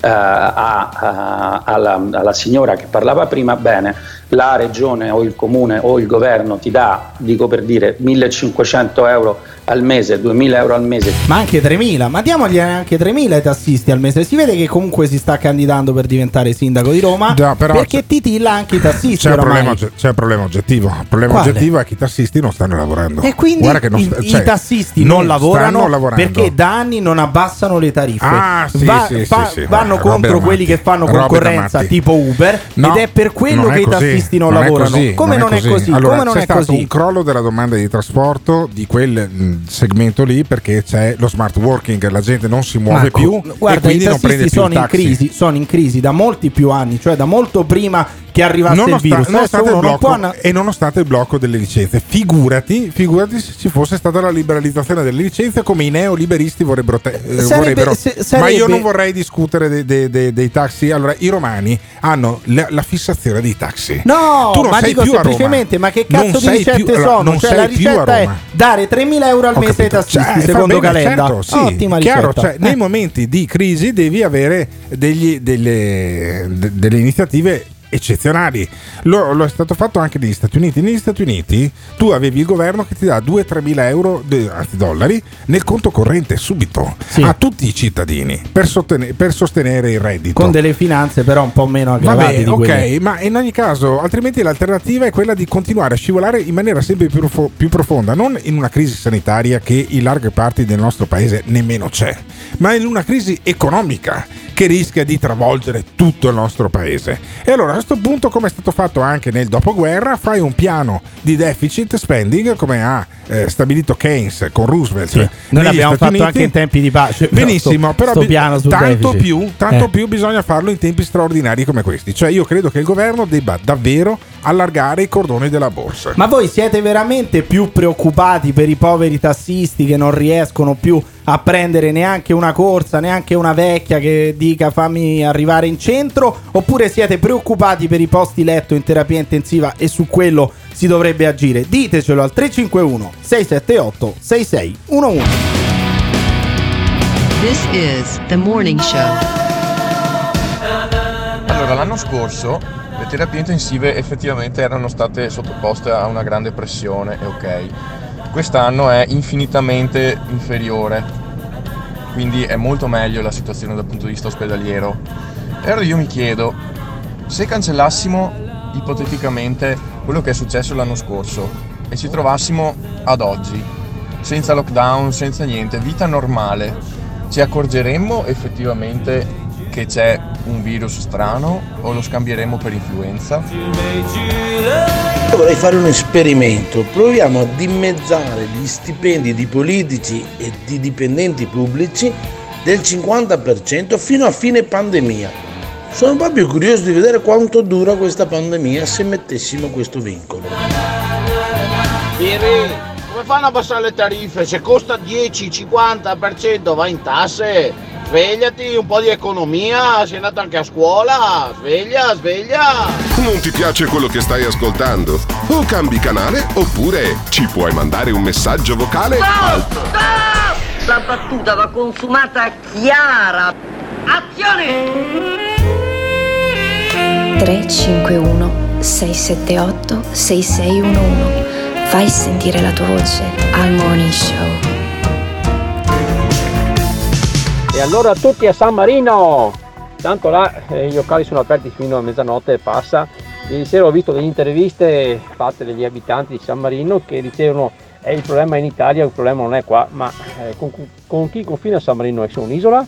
alla signora che parlava prima, bene, la regione o il comune o il governo ti dà, dico per dire, 1.500 euro al mese, 2.000 euro al mese, ma anche 3.000, ma diamogli anche 3.000 ai tassisti al mese. Si vede che comunque si sta candidando per diventare sindaco di Roma, perché titilla anche i tassisti. C'è un problema oggettivo. Il problema oggettivo è che i tassisti non stanno lavorando. E quindi i tassisti non lavorano perché da anni non abbassano le tariffe. Vanno contro quelli che fanno concorrenza tipo Uber, ed è per quello che i tassisti non lavorano. Come non è così? Allora, c'è stato un crollo della domanda di trasporto di quel segmento lì, perché c'è lo smart working, la gente non si muove più, guarda, e quindi i non prende più sono il taxi. sono in crisi da molti più anni, cioè da molto prima che arrivasse il virus, nonostante il blocco delle licenze. Figurati se ci fosse stata la liberalizzazione delle licenze, come i neoliberisti vorrebbero. Ma io non vorrei discutere dei taxi. Allora, i romani hanno la fissazione dei taxi. No, tu non ma sei dico più semplicemente, ma che cazzo di ricette più, sono? non Cioè la ricetta è dare 3.000 euro al mese ai tassisti, secondo Calenda. Certo, sì, ottima chiaro, ricetta. nei momenti di crisi devi avere delle iniziative eccezionali. Lo è stato fatto anche negli Stati Uniti. Negli Stati Uniti tu avevi il governo che ti dà 2-3 mila euro, anzi dollari, nel conto corrente subito a tutti i cittadini per sostenere il reddito. Con delle finanze però un po' meno aggravate di quelle. Ma in ogni caso, altrimenti l'alternativa è quella di continuare a scivolare in maniera sempre più profonda, non in una crisi sanitaria che in larghe parti del nostro paese nemmeno c'è, ma in una crisi economica che rischia di travolgere tutto il nostro paese. E allora a questo punto, come è stato fatto anche nel dopoguerra, fai un piano di deficit spending come ha stabilito Keynes con Roosevelt. Sì, noi l'abbiamo fatto anche in tempi di pace. Benissimo, però piano sul tanto più bisogna farlo in tempi straordinari come questi. Cioè io credo che il governo debba davvero allargare i cordoni della borsa. Ma voi siete veramente più preoccupati per i poveri tassisti che non riescono più a prendere neanche una corsa, neanche una vecchia che dica fammi arrivare in centro, oppure siete preoccupati per i posti letto in terapia intensiva e su quello si dovrebbe agire? Ditecelo al 351 678 6611. This is the morning show. Allora, l'anno scorso le terapie intensive effettivamente erano state sottoposte a una grande pressione, e ok. Quest'anno è infinitamente inferiore, quindi è molto meglio la situazione dal punto di vista ospedaliero. E allora io mi chiedo, se cancellassimo ipoteticamente quello che è successo l'anno scorso e ci trovassimo ad oggi, senza lockdown, senza niente, vita normale, ci accorgeremmo effettivamente che c'è un virus strano o lo scambieremo per influenza? Io vorrei fare un esperimento, proviamo a dimezzare gli stipendi di politici e di dipendenti pubblici del 50% fino a fine pandemia. Sono proprio curioso di vedere quanto dura questa pandemia se mettessimo questo vincolo. Piri, come fanno a abbassare le tariffe? Se costa 10-50% va in tasse. Svegliati, un po' di economia, sei andato anche a scuola, sveglia! Non ti piace quello che stai ascoltando? O cambi canale oppure ci puoi mandare un messaggio vocale al... La battuta va consumata chiara. Azione! 351 678 6611. Fai sentire la tua voce al Morning Show. E allora tutti a San Marino! Tanto là i locali sono aperti fino a mezzanotte e passa. Ieri sera ho visto delle interviste fatte dagli abitanti di San Marino che dicevano il problema è in Italia, il problema non è qua, ma con chi confina San Marino? È solo un'isola?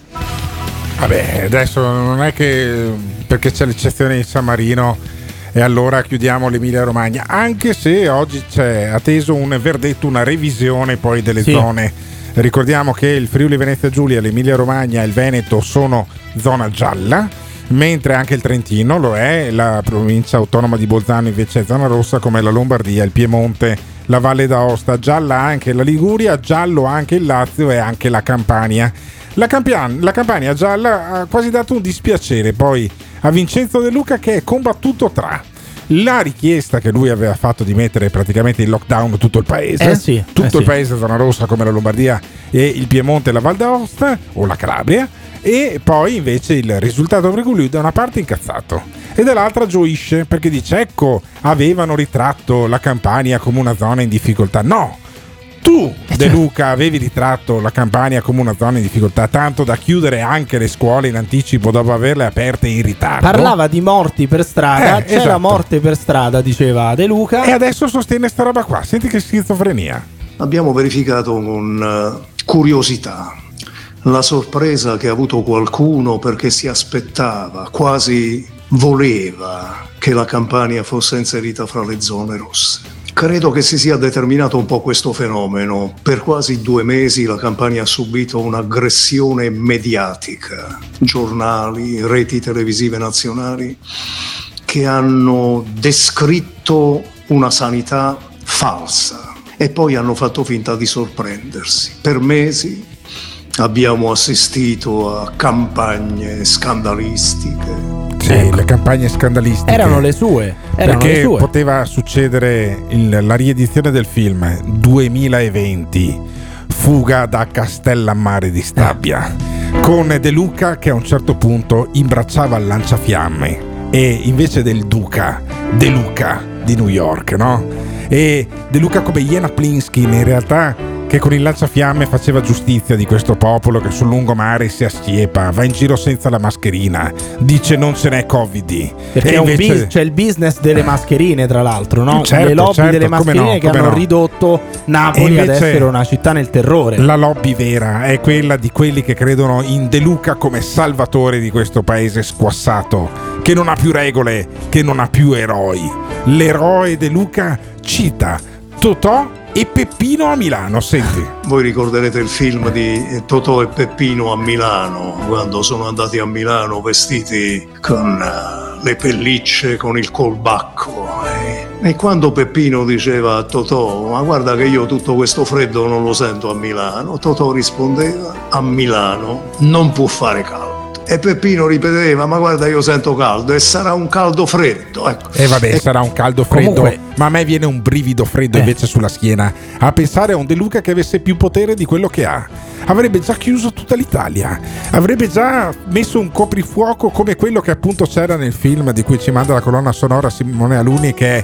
Vabbè, adesso non è che perché c'è l'eccezione di San Marino e allora chiudiamo l'Emilia Romagna, anche se oggi c'è atteso un verdetto, una revisione poi delle zone. Ricordiamo che il Friuli Venezia Giulia, l'Emilia Romagna e il Veneto sono zona gialla, mentre anche il Trentino lo è, la provincia autonoma di Bolzano invece è zona rossa, come la Lombardia, il Piemonte, la Valle d'Aosta, gialla anche la Liguria, giallo anche il Lazio e anche la Campania. La Campania gialla ha quasi dato un dispiacere poi a Vincenzo De Luca, che è combattuto tra la richiesta che lui aveva fatto di mettere praticamente in lockdown tutto il paese, il paese zona rossa come la Lombardia e il Piemonte e la Val d'Aosta o la Calabria, e poi invece il risultato per cui lui da una parte è incazzato e dall'altra gioisce perché dice ecco, avevano ritratto la Campania come una zona in difficoltà. No, tu De Luca avevi ritratto la Campania come una zona in difficoltà, tanto da chiudere anche le scuole in anticipo dopo averle aperte in ritardo. Parlava di morti per strada, c'era morte per strada, diceva De Luca, e adesso sostiene sta roba qua. Senti che schizofrenia. Abbiamo verificato con curiosità la sorpresa che ha avuto qualcuno perché si aspettava, quasi voleva che la Campania fosse inserita fra le zone rosse. Credo che si sia determinato un po' questo fenomeno. Per quasi 2 mesi la Campania ha subito un'aggressione mediatica. Giornali, reti televisive nazionali che hanno descritto una sanità falsa e poi hanno fatto finta di sorprendersi. Per mesi abbiamo assistito a campagne scandalistiche. Sì, le campagne scandalistiche erano le sue. Perché poteva succedere la riedizione del film 2020, Fuga da Castellammare di Stabia, con De Luca che a un certo punto imbracciava il lanciafiamme e invece del Duca, De Luca di New York, no? E De Luca come Jena Plinskin, in realtà, che con il lanciafiamme faceva giustizia di questo popolo che sul lungomare si assiepa, va in giro senza la mascherina, dice non ce n'è Covid. Perché invece c'è il business delle mascherine, tra l'altro, no? Certo, le lobby certo, delle mascherine che hanno ridotto Napoli ad essere una città nel terrore. La lobby vera è quella di quelli che credono in De Luca come salvatore di questo paese squassato, che non ha più regole, che non ha più eroi. L'eroe De Luca cita Totò e Peppino a Milano, senti. Voi ricorderete il film di Totò e Peppino a Milano, quando sono andati a Milano vestiti con le pellicce, con il colbacco. E quando Peppino diceva a Totò: ma guarda che io tutto questo freddo non lo sento a Milano, Totò rispondeva: a Milano non può fare caldo. E Peppino ripeteva: ma guarda, io sento caldo, e sarà un caldo freddo. Ecco. E vabbè, sarà un caldo freddo. Comunque, ma a me viene un brivido freddo invece sulla schiena a pensare a un De Luca che avesse più potere di quello che ha. Avrebbe già chiuso tutta l'Italia, avrebbe già messo un coprifuoco come quello che appunto c'era nel film di cui ci manda la colonna sonora Simone Alunni, che è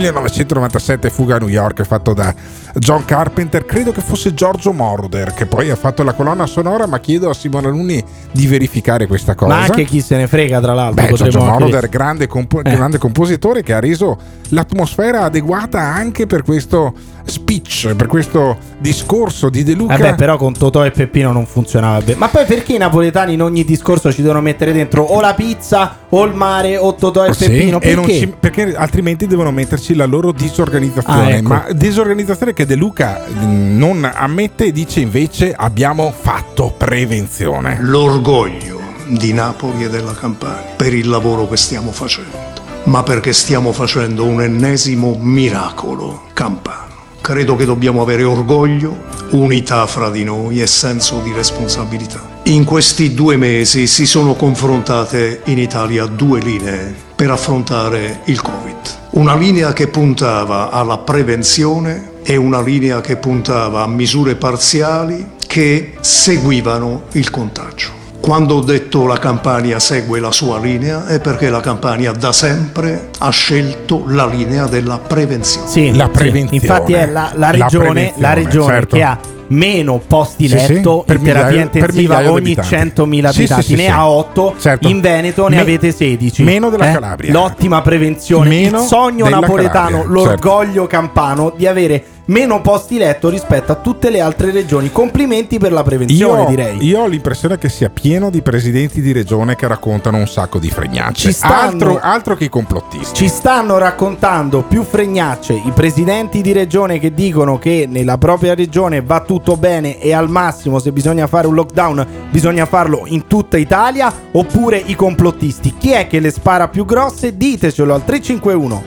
1997 Fuga a New York, fatto da John Carpenter. Credo che fosse Giorgio Moroder che poi ha fatto la colonna sonora, ma chiedo a Simone Alunni di verificare questa cosa. Ma anche chi se ne frega, tra l'altro. Giorgio Moroder, grande compositore, che ha reso l'atmosfera adeguata anche per questo speech, per questo discorso di De Luca. Però con Totò e Peppino non funzionava bene. Ma poi perché i napoletani in ogni discorso ci devono mettere dentro o la pizza o il mare o Totò e Peppino? Perché? Perché altrimenti devono metterci la loro disorganizzazione. Ecco. Ma disorganizzazione che De Luca non ammette e dice invece: abbiamo fatto prevenzione. L'orgoglio di Napoli e della Campania per il lavoro che stiamo facendo, ma perché stiamo facendo un ennesimo miracolo campano. Credo che dobbiamo avere orgoglio, unità fra di noi e senso di responsabilità. In questi 2 mesi si sono confrontate in Italia 2 linee per affrontare il Covid. Una linea che puntava alla prevenzione e una linea che puntava a misure parziali che seguivano il contagio. Quando ho detto la Campania segue la sua linea è perché la Campania da sempre ha scelto la linea della prevenzione. Sì, la prevenzione. Infatti è la regione certo, che ha meno posti letto in terapia intensiva ogni 100.000 abitanti. Ne ha 8, certo. In Veneto ne avete 16. Meno della Calabria. L'ottima prevenzione, meno il sogno napoletano, Calabria, l'orgoglio campano di avere meno posti letto rispetto a tutte le altre regioni. Complimenti per la prevenzione, direi. Io ho l'impressione che sia pieno di presidenti di regione che raccontano un sacco di fregnacce. Altro che i complottisti. Ci stanno raccontando più fregnacce i presidenti di regione che dicono che nella propria regione va tutto bene e al massimo se bisogna fare un lockdown bisogna farlo in tutta Italia, oppure i complottisti. Chi è che le spara più grosse? Ditecelo al 351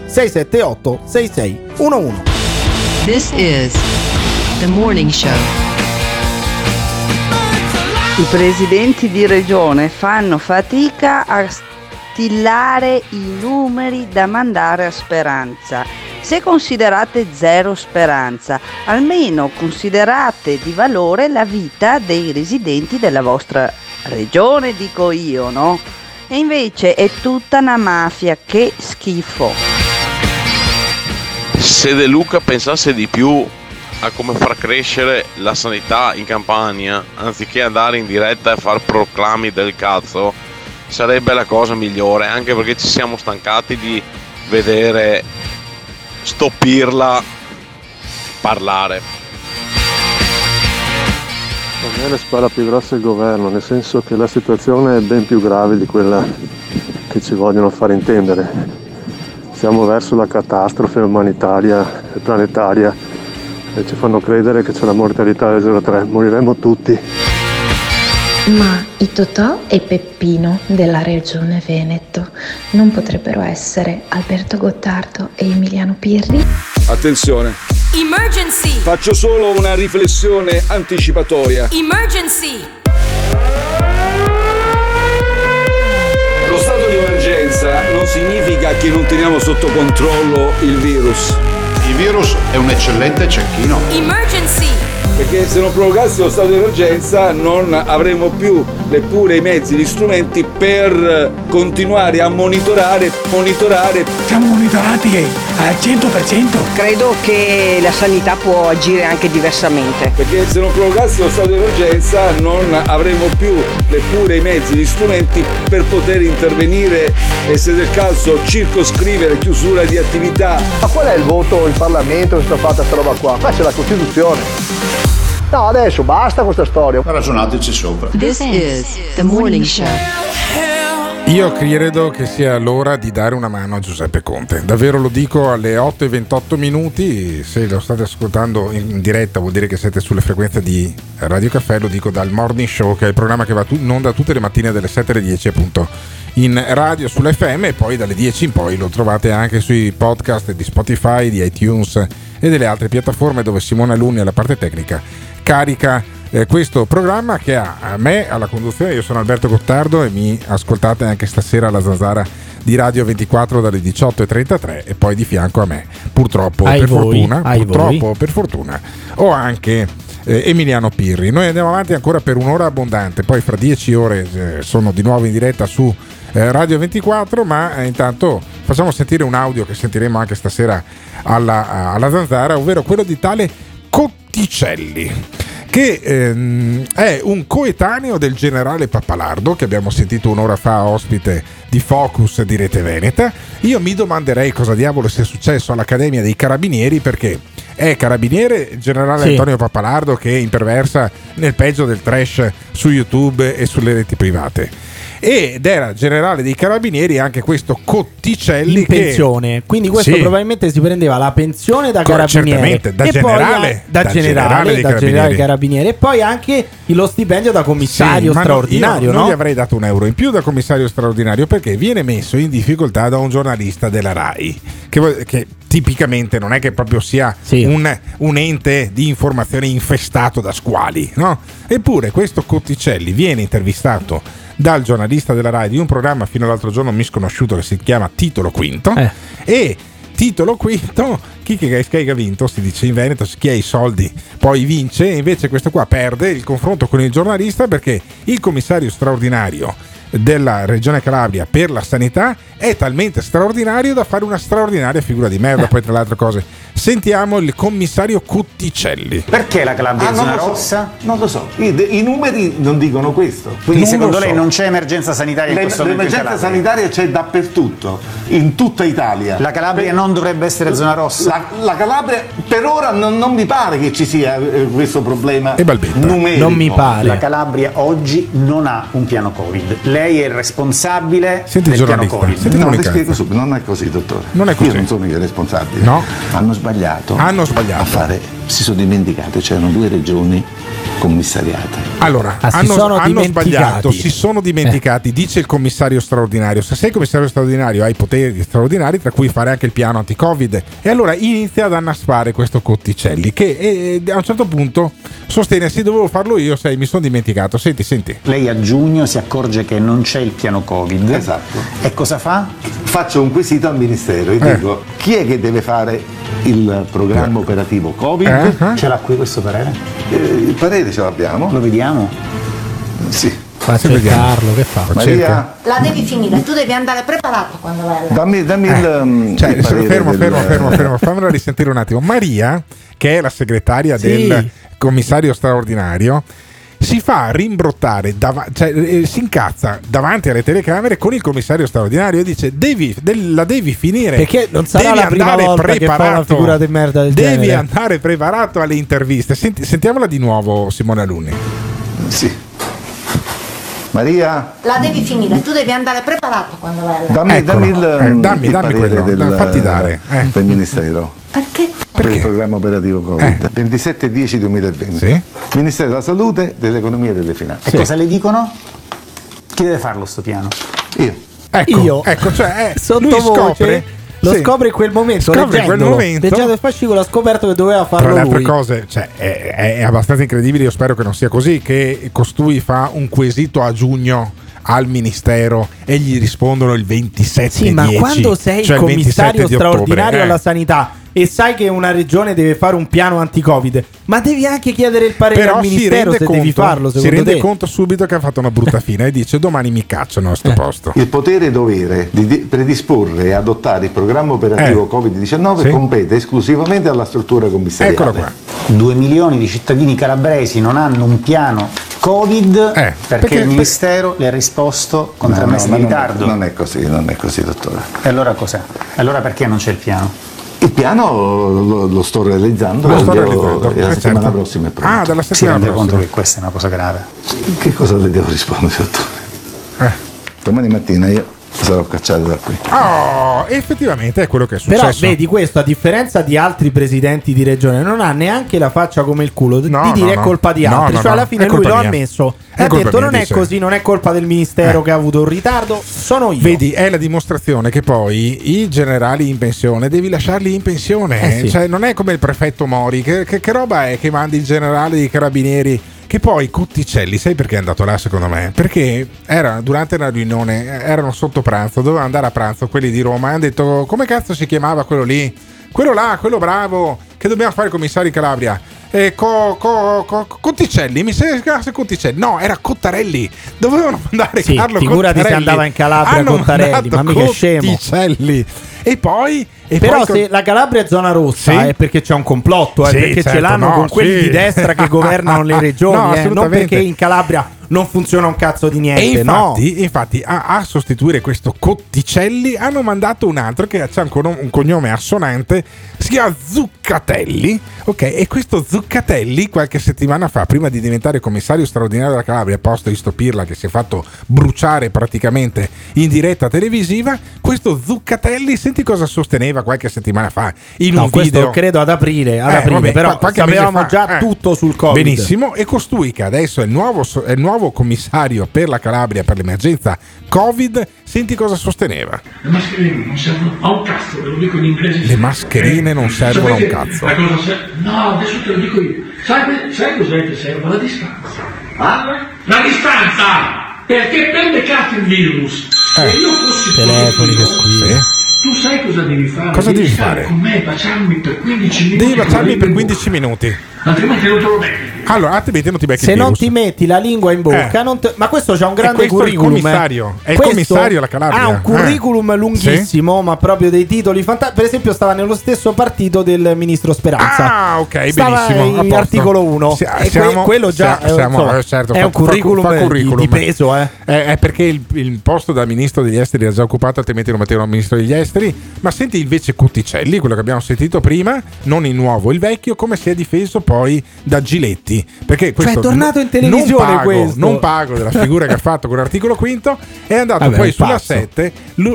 678 6611. This is The Morning Show. I presidenti di regione fanno fatica a stillare i numeri da mandare a Speranza. Se considerate zero Speranza, almeno considerate di valore la vita dei residenti della vostra regione, dico io, no? E invece è tutta una mafia, che schifo. Se De Luca pensasse di più a come far crescere la sanità in Campania, anziché andare in diretta e far proclami del cazzo, sarebbe la cosa migliore, anche perché ci siamo stancati di vedere sto pirla parlare. A me le spara più grossa il governo, nel senso che la situazione è ben più grave di quella che ci vogliono far intendere. Siamo verso la catastrofe umanitaria e planetaria e ci fanno credere che c'è la mortalità del 0,3, moriremo tutti. Ma i Totò e Peppino della regione Veneto non potrebbero essere Alberto Gottardo e Emiliano Pirri? Attenzione! Emergency! Faccio solo una riflessione anticipatoria. Emergency! Lo stato di emergenza non significa che non teniamo sotto controllo il virus. Il virus è un eccellente cecchino. Emergency! Perché se non provocassimo lo stato di emergenza non avremo più neppure i mezzi, gli strumenti per continuare a monitorare. Siamo monitorati al 100%. Credo che la sanità può agire anche diversamente. Perché se non prorogassi lo stato di emergenza non avremo più neppure i mezzi, gli strumenti per poter intervenire e, se del caso, circoscrivere chiusura di attività. Ma qual è il voto in Parlamento che sta fatta sta roba qua? Qua c'è la Costituzione. No, adesso basta questa storia. Ragionateci sopra. This is the morning show. Io credo che sia l'ora di dare una mano a Giuseppe Conte. Davvero lo dico, alle 8:28 minuti. Se lo state ascoltando in diretta vuol dire che siete sulle frequenze di Radio Caffè. Lo dico dal Morning Show, che è il programma che va in onda tutte le mattine dalle 7 alle 10 appunto in radio sull'FM, e poi dalle 10 in poi lo trovate anche sui podcast di Spotify, di iTunes e delle altre piattaforme, dove Simone Alunni alla parte tecnica carica questo programma, che ha a me alla conduzione. Io sono Alberto Gottardo e mi ascoltate anche stasera alla Zanzara di Radio 24 dalle 18:33, e poi di fianco a me, purtroppo per fortuna ho anche Emiliano Pirri. Noi andiamo avanti ancora per un'ora abbondante, poi fra 10 ore sono di nuovo in diretta su Radio 24, ma intanto facciamo sentire un audio che sentiremo anche stasera alla Zanzara, ovvero quello di tale Cotticelli, che è un coetaneo del generale Pappalardo, che abbiamo sentito un'ora fa ospite di Focus di Rete Veneta. Io mi domanderei cosa diavolo sia successo all'Accademia dei Carabinieri, perché è carabiniere generale Antonio Pappalardo, che imperversa nel peggio del trash su YouTube e sulle reti private, ed era generale dei Carabinieri anche questo Cotticelli, in pensione, quindi questo probabilmente si prendeva la pensione da carabiniere, da generale dei Carabinieri, e poi anche lo stipendio da commissario straordinario. Non gli avrei dato un euro in più da commissario straordinario, perché viene messo in difficoltà da un giornalista della RAI che tipicamente non è che proprio sia un ente di informazione infestato da squali, no? Eppure questo Cotticelli viene intervistato dal giornalista della RAI di un programma fino all'altro giorno misconosciuto che si chiama Titolo Quinto, e Titolo Quinto, chi che ha vinto, si dice in Veneto, chi ha i soldi poi vince, e invece questo qua perde il confronto con il giornalista, perché il commissario straordinario della Regione Calabria per la sanità è talmente straordinario da fare una straordinaria figura di merda. Poi, tra le altre cose, sentiamo il commissario Cotticelli. Perché la Calabria è zona rossa? Non lo so, i numeri non dicono questo. Quindi secondo lei non c'è emergenza sanitaria in questo momento? L'emergenza sanitaria c'è dappertutto, in tutta Italia. La Calabria non dovrebbe essere zona rossa? La Calabria per ora non mi pare che ci sia questo problema numerico. Non mi pare. La Calabria oggi non ha un piano Covid. Lei è il responsabile del piano Covid. No, ti spiego subito, non è così, dottore. Non è così. Io non sono io il responsabile. No. Hanno sbagliato a fare, si sono dimenticati, c'erano 2 regioni commissariate. Allora, si sono dimenticati, dice il commissario straordinario. Se sei commissario straordinario hai poteri straordinari, tra cui fare anche il piano anti-Covid, e allora inizia ad annaspare questo Cotticelli, che a un certo punto sostiene: sì, dovevo farlo io, mi sono dimenticato. Senti. Lei a giugno si accorge che non c'è il piano Covid. Esatto. E cosa fa? Faccio un quesito al Ministero e dico: chi è che deve fare il programma operativo Covid? Ce l'ha qui questo parere? Il parere ce l'abbiamo. Lo vediamo? Sì. Fa cercarlo, che fa? Maria, la devi finire, tu devi andare preparato quando vai alla... Dammi il fermo, fammela risentire un attimo. Maria, che è la segretaria del commissario straordinario, si fa rimbrottare, si incazza davanti alle telecamere con il commissario straordinario e dice: la devi finire, perché non sarà la prima volta che fa una figura di merda del genere. Devi andare preparato alle interviste. Sentiamola di nuovo, Simone Alunni. Sì. Maria, la devi finire, tu devi andare preparato quando vai alla... Dammi quello, fatti dare del Ministero. Perché? Per il programma operativo Covid 27/10/2020. Sì. Ministero della Salute, dell'Economia e delle Finanze. E cosa le dicono? Chi deve farlo sto piano? Io. Ecco, cioè lui scopre. Scopre in quel momento. Leggendo il fascicolo ha scoperto che doveva farlo lui. Tra le altre lui. cose, è abbastanza incredibile. Io spero che non sia così, che costui fa un quesito a giugno al Ministero e gli rispondono il 27/10. Sì, ma quando sei il commissario straordinario alla sanità, e sai che una regione deve fare un piano anti-Covid, ma devi anche chiedere il parere Però al ministero se devi farlo. Si rende conto subito che ha fatto una brutta fine e dice domani mi cacciano a sto posto. Il potere e dovere di predisporre e adottare il programma operativo Covid-19 compete esclusivamente alla struttura commissariale. Eccolo qua. 2 milioni di cittadini calabresi non hanno un piano Covid perché il Ministero le ha risposto con 3 mesi di ritardo. Non è così, dottore. E allora cos'è? Allora perché non c'è il piano? Il piano lo sto realizzando, la settimana prossima è pronto. Dalla settimana si rende prossima. conto che questa è una cosa grave? Che cosa le devo rispondere, dottore? Domani mattina io sarò cacciato da qui. Effettivamente è quello che è successo. Però vedi, questo a differenza di altri presidenti di regione non ha neanche la faccia come il culo di dire è colpa di altri. Alla fine lui lo ha ammesso e ha detto non è così, non è colpa del ministero che ha avuto un ritardo, sono io. Vedi, è la dimostrazione che poi i generali in pensione devi lasciarli in pensione. Cioè non è come il prefetto Mori che roba è che mandi il generale dei carabinieri. Che poi Cotticelli, sai perché è andato là secondo me? Perché era durante una riunione, erano sotto pranzo, dovevano andare a pranzo quelli di Roma e hanno detto come cazzo si chiamava quello lì? Quello là, quello bravo, che dobbiamo fare il commissario in Calabria. Cotticelli, mi sembra che si chiamasse Cotticelli. No, era Cottarelli. Dovevano mandare Carlo figurati Cottarelli. se andava in Calabria Cottarelli, ma mica scemo. Cotticelli. E poi però se la Calabria è zona rossa è perché c'è un complotto, perché ce l'hanno con quelli di destra che governano le regioni, non perché in Calabria non funziona un cazzo di niente. E infatti a sostituire questo Cotticelli hanno mandato un altro che ha un cognome assonante, si chiama Zuccatelli, ok? E questo Zuccatelli qualche settimana fa, prima di diventare commissario straordinario della Calabria, a posto di Stopirla che si è fatto bruciare praticamente in diretta televisiva, questo Zuccatelli senti cosa sosteneva qualche settimana fa in un video, credo ad aprile, vabbè, però sapevamo già tutto sul Covid. Benissimo, e costui che adesso è il nuovo commissario per la Calabria per l'emergenza Covid, senti cosa sosteneva. Le mascherine non servono a un cazzo, ve lo dico in inglese. Le mascherine non servono a un cazzo. No, adesso te lo dico io. Sai cos'è che serve? La distanza. La distanza! Perché prende cazzo il virus. Se io fossi telefoni che squillano. Tu sai cosa devi fare? Cosa devi fare? Con me, baciarmi per 15 minuti. Devi baciarmi per 15 minuti. Altrimenti non te lo becchi. Allora, altrimenti non ti becchi se il virus. non ti metti la lingua in bocca, ma questo c'ha un grande curriculum. È il commissario. È il commissario la Calabria. Ha un curriculum lunghissimo, ma proprio dei titoli fantastici. Per esempio, stava nello stesso partito del ministro Speranza. Ok, stava benissimo. In articolo 1. Quello già certo, è un curriculum di peso. È perché il posto da ministro degli esteri era già occupato, altrimenti lo mettevano ministro degli esteri. Ma senti invece Cotticelli, quello che abbiamo sentito prima, non il nuovo, il vecchio, come si è difeso poi da Giletti, perché questo è tornato in televisione, non pago della figura che ha fatto con l'articolo quinto, è andato poi sulla 7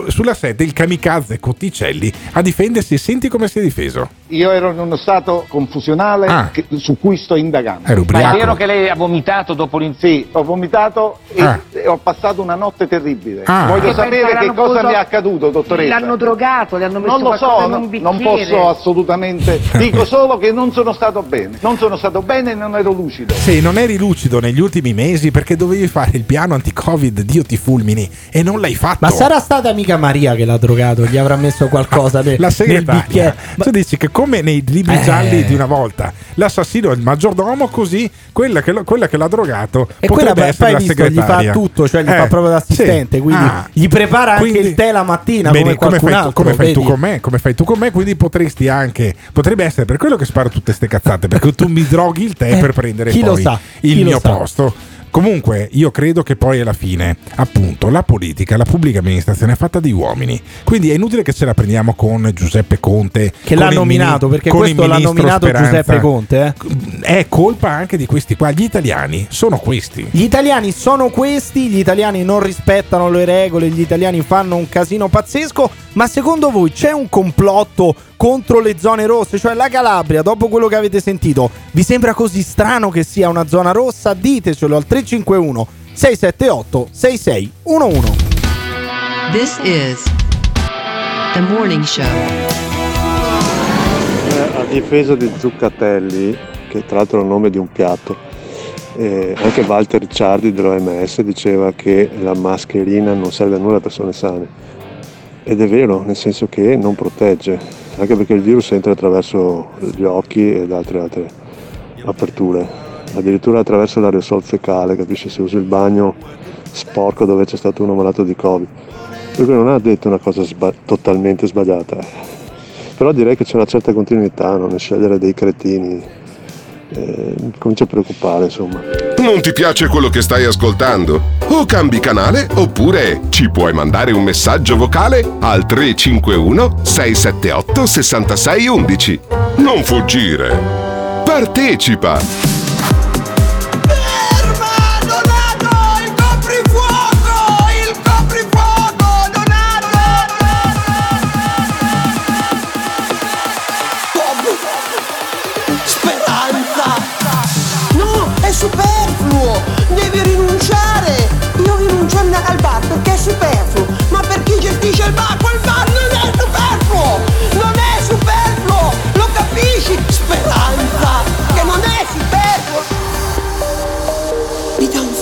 il kamikaze Cotticelli a difendersi. Senti come si è difeso. Io ero in uno stato confusionale su cui sto indagando. Ma è vero che lei ha vomitato dopo l'inizio? Sì, ho vomitato e ho passato una notte terribile. Voglio sapere che cosa mi è accaduto, dottoressa. L'hanno drogato, le hanno messo non lo so, in un bicchiere. non posso assolutamente. Dico solo che non sono stato bene. Non sono stato bene e non ero lucido. Sì, non eri lucido negli ultimi mesi perché dovevi fare il piano anti-Covid, Dio ti fulmini, e non l'hai fatto. Ma sarà stata amica Maria che l'ha drogato, gli avrà messo qualcosa la segretaria. Tu dici che come nei libri gialli di una volta, l'assassino è il maggiordomo, così quella che l'ha drogato e potrebbe quella essere la segretaria. Gli fa tutto, cioè gli fa proprio l'assistente, quindi gli prepara anche il tè la mattina, come qualcun altro. Come fai tu con me, quindi potrebbe essere per quello che sparo tutte ste cazzate, perché tu mi droghi il tè per prendere poi il mio posto. Comunque io credo che poi alla fine, appunto, la politica, la pubblica amministrazione è fatta di uomini, quindi è inutile che ce la prendiamo con Giuseppe Conte, che l'ha nominato, perché questo l'ha nominato Speranza. Giuseppe Conte è colpa anche di questi qua. Gli italiani sono questi, gli italiani non rispettano le regole, gli italiani fanno un casino pazzesco. Ma secondo voi c'è un complotto contro le zone rosse? Cioè la Calabria, dopo quello che avete sentito, vi sembra così strano che sia una zona rossa? Ditecelo al 351 678 6611. This is The Morning Show. A difesa di Zuccatelli, che tra l'altro è il nome di un piatto, anche Walter Ricciardi dell'OMS diceva che la mascherina non serve a nulla a persone sane. Ed è vero, nel senso che non protegge. anche perché il virus entra attraverso gli occhi ed altre aperture, addirittura attraverso l'aerosol fecale, capisci, se usi il bagno sporco dove c'è stato uno malato di Covid. Per cui non ha detto una cosa totalmente sbagliata, però direi che c'è una certa continuità, non è scegliere dei cretini. Comincia a preoccupare, insomma. Non ti piace quello che stai ascoltando? O cambi canale oppure ci puoi mandare un messaggio vocale al 351 678 6611. Non fuggire. Partecipa. Superfluo, devi rinunciare. Io rinuncio al bar perché è superfluo, ma per chi gestisce il bar, quel bar non è superfluo, non è superfluo, lo capisci? Speranza, che non è superfluo. Mi dà un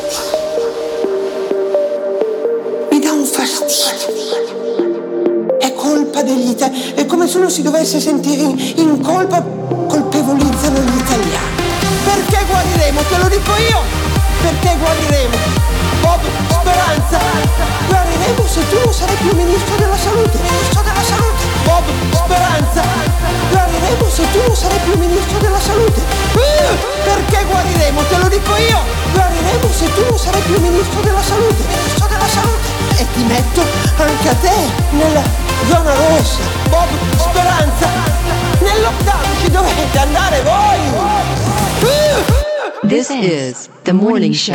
fastidio, è colpa degli italiani, è come se uno si dovesse sentire in colpa, colpevolizzano gli italiani. Perché guariremo? Te lo dico io! Perché guariremo? Bob, Speranza! Guariremo se tu non sarai più ministro della salute! Ministro della salute! Bob, Speranza! Guariremo se tu non sarai più ministro della salute! Perché guariremo? Te lo dico io! Guariremo se tu non sarai più ministro della salute! Ministro della salute! E ti metto anche a te nella zona rossa! Bob, Speranza! Nel lockdown ci dovete andare voi! This is the morning show.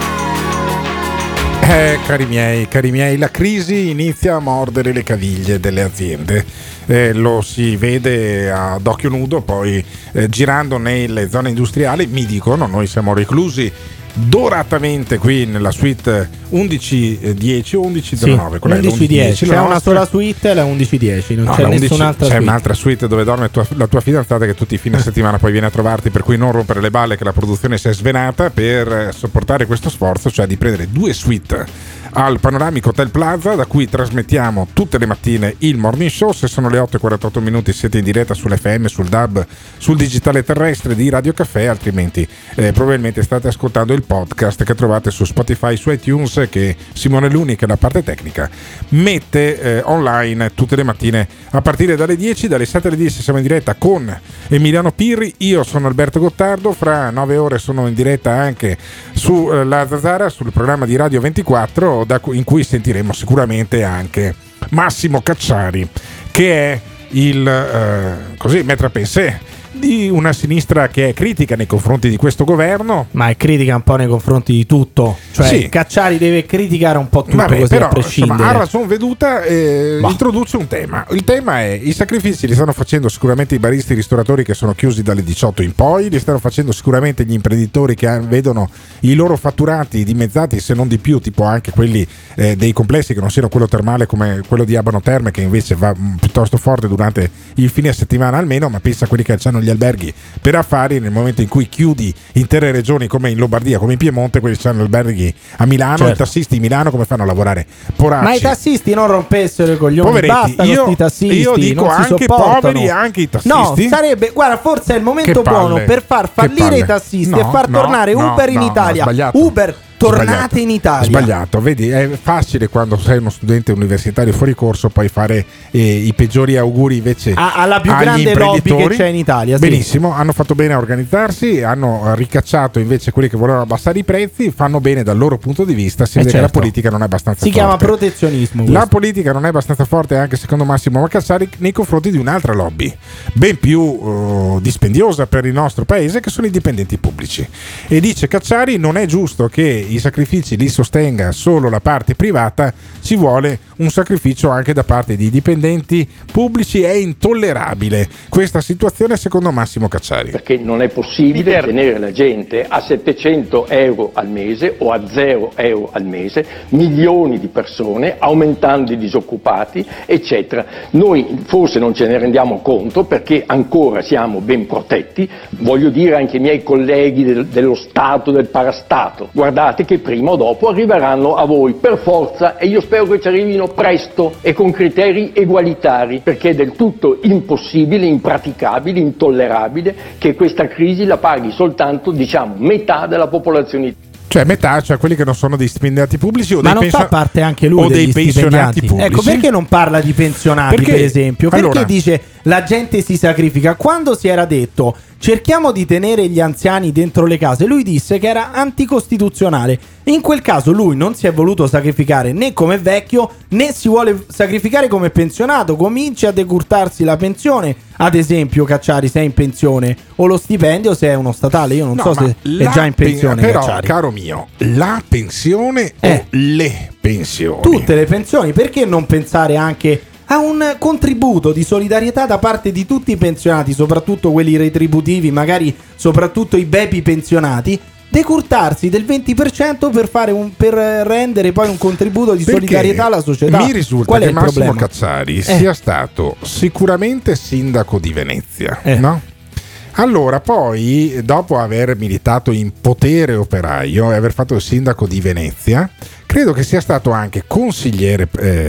Cari miei, la crisi inizia a mordere le caviglie delle aziende. Lo si vede ad occhio nudo, poi girando nelle zone industriali mi dicono, noi siamo reclusi doratamente qui nella suite 1110 o 1109, sì, 1110, c'è una sola suite, la 1110, non c'è nessun'altra suite. C'è un'altra suite dove dorme la tua fidanzata, che tutti i fine settimana poi viene a trovarti, per cui non rompere le balle che la produzione si è svenata per sopportare questo sforzo, cioè di prendere 2 suite al Panoramico Hotel Plaza, da cui trasmettiamo tutte le mattine il morning show. Se sono le 8:48 siete in diretta sull'FM, sul DAB, sul digitale terrestre di Radio Caffè, altrimenti probabilmente state ascoltando il podcast che trovate su Spotify, su iTunes, che Simone Luni, che è la parte tecnica, mette online tutte le mattine a partire dalle 10. Dalle 7 alle 10 siamo in diretta con Emiliano Pirri, io sono Alberto Gottardo, fra 9 ore sono in diretta anche su La Zazzara, sul programma di Radio 24, in cui sentiremo sicuramente anche Massimo Cacciari, che è il maître à penser di una sinistra che è critica nei confronti di questo governo, ma è critica un po' nei confronti di tutto, cioè sì. Cacciari deve criticare un po' tutto. Vabbè, così però, a prescindere. Insomma, a ragion veduta introduce un tema. Il tema è: i sacrifici li stanno facendo sicuramente i baristi, i ristoratori che sono chiusi dalle 18 in poi, li stanno facendo sicuramente gli imprenditori che vedono i loro fatturati dimezzati, se non di più, tipo anche quelli dei complessi che non siano quello termale come quello di Abano Terme, che invece va piuttosto forte durante il fine settimana almeno, ma pensa a quelli che hanno gli alberghi per affari. Nel momento in cui chiudi intere regioni come in Lombardia, come in Piemonte, quelli che hanno alberghi a Milano, certo. I tassisti di Milano come fanno a lavorare? Poracci. Ma i tassisti non rompessero i coglioni, poveretti. Basta con i tassisti, io dico anche poveri, anche i tassisti. No, sarebbe, guarda, forse è il momento buono per far fallire i tassisti e far tornare Uber in Italia. Uber, tornate in Italia. Sbagliato, vedi, è facile quando sei uno studente universitario fuori corso poi fare i peggiori auguri invece alla più grande lobby che c'è in Italia. Sì. Benissimo, hanno fatto bene a organizzarsi, hanno ricacciato invece quelli che volevano abbassare i prezzi, fanno bene dal loro punto di vista. Si vede che la politica non è abbastanza forte. Si chiama protezionismo. La politica non è abbastanza forte, anche secondo Massimo Macassari, nei confronti di un'altra lobby ben più dispendiosa per il nostro paese, che sono i dipendenti pubblici. E dice Cacciari: non è giusto che i sacrifici li sostenga solo la parte privata, ci vuole un sacrificio anche da parte di dipendenti pubblici. È intollerabile questa situazione, secondo Massimo Cacciari, perché non è possibile tenere la gente a 700 euro al mese o a 0 euro al mese, milioni di persone, aumentando i disoccupati eccetera. Noi forse non ce ne rendiamo conto perché ancora siamo ben protetti, voglio dire anche i miei colleghi dello Stato, del parastato, guardate, pensate che prima o dopo arriveranno a voi per forza, e io spero che ci arrivino presto e con criteri egualitari, perché è del tutto impossibile, impraticabile, intollerabile che questa crisi la paghi soltanto, diciamo, metà della popolazione. Cioè metà, cioè quelli che non sono dei stipendiati pubblici o ma dei non fa parte anche lui o dei pensionati pubblici. Ecco, perché non parla di pensionati, perché, per esempio? Perché allora, dice la gente si sacrifica? Quando si era detto cerchiamo di tenere gli anziani dentro le case, lui disse che era anticostituzionale. In quel caso lui non si è voluto sacrificare né come vecchio né si vuole sacrificare come pensionato. Cominci a decurtarsi la pensione, ad esempio Cacciari, se è in pensione, o lo stipendio se è uno statale. Io non so se è già in pensione, però Cacciari. Caro mio, la pensione o le pensioni? Tutte le pensioni. Perché non pensare anche a un contributo di solidarietà da parte di tutti i pensionati, soprattutto quelli retributivi, magari soprattutto i baby pensionati, decurtarsi del 20% per rendere poi un contributo di solidarietà alla società? Mi risulta che Massimo Cacciari sia stato sicuramente sindaco di Venezia, no? Allora, poi, dopo aver militato in Potere Operaio e aver fatto il sindaco di Venezia, credo che sia stato anche consigliere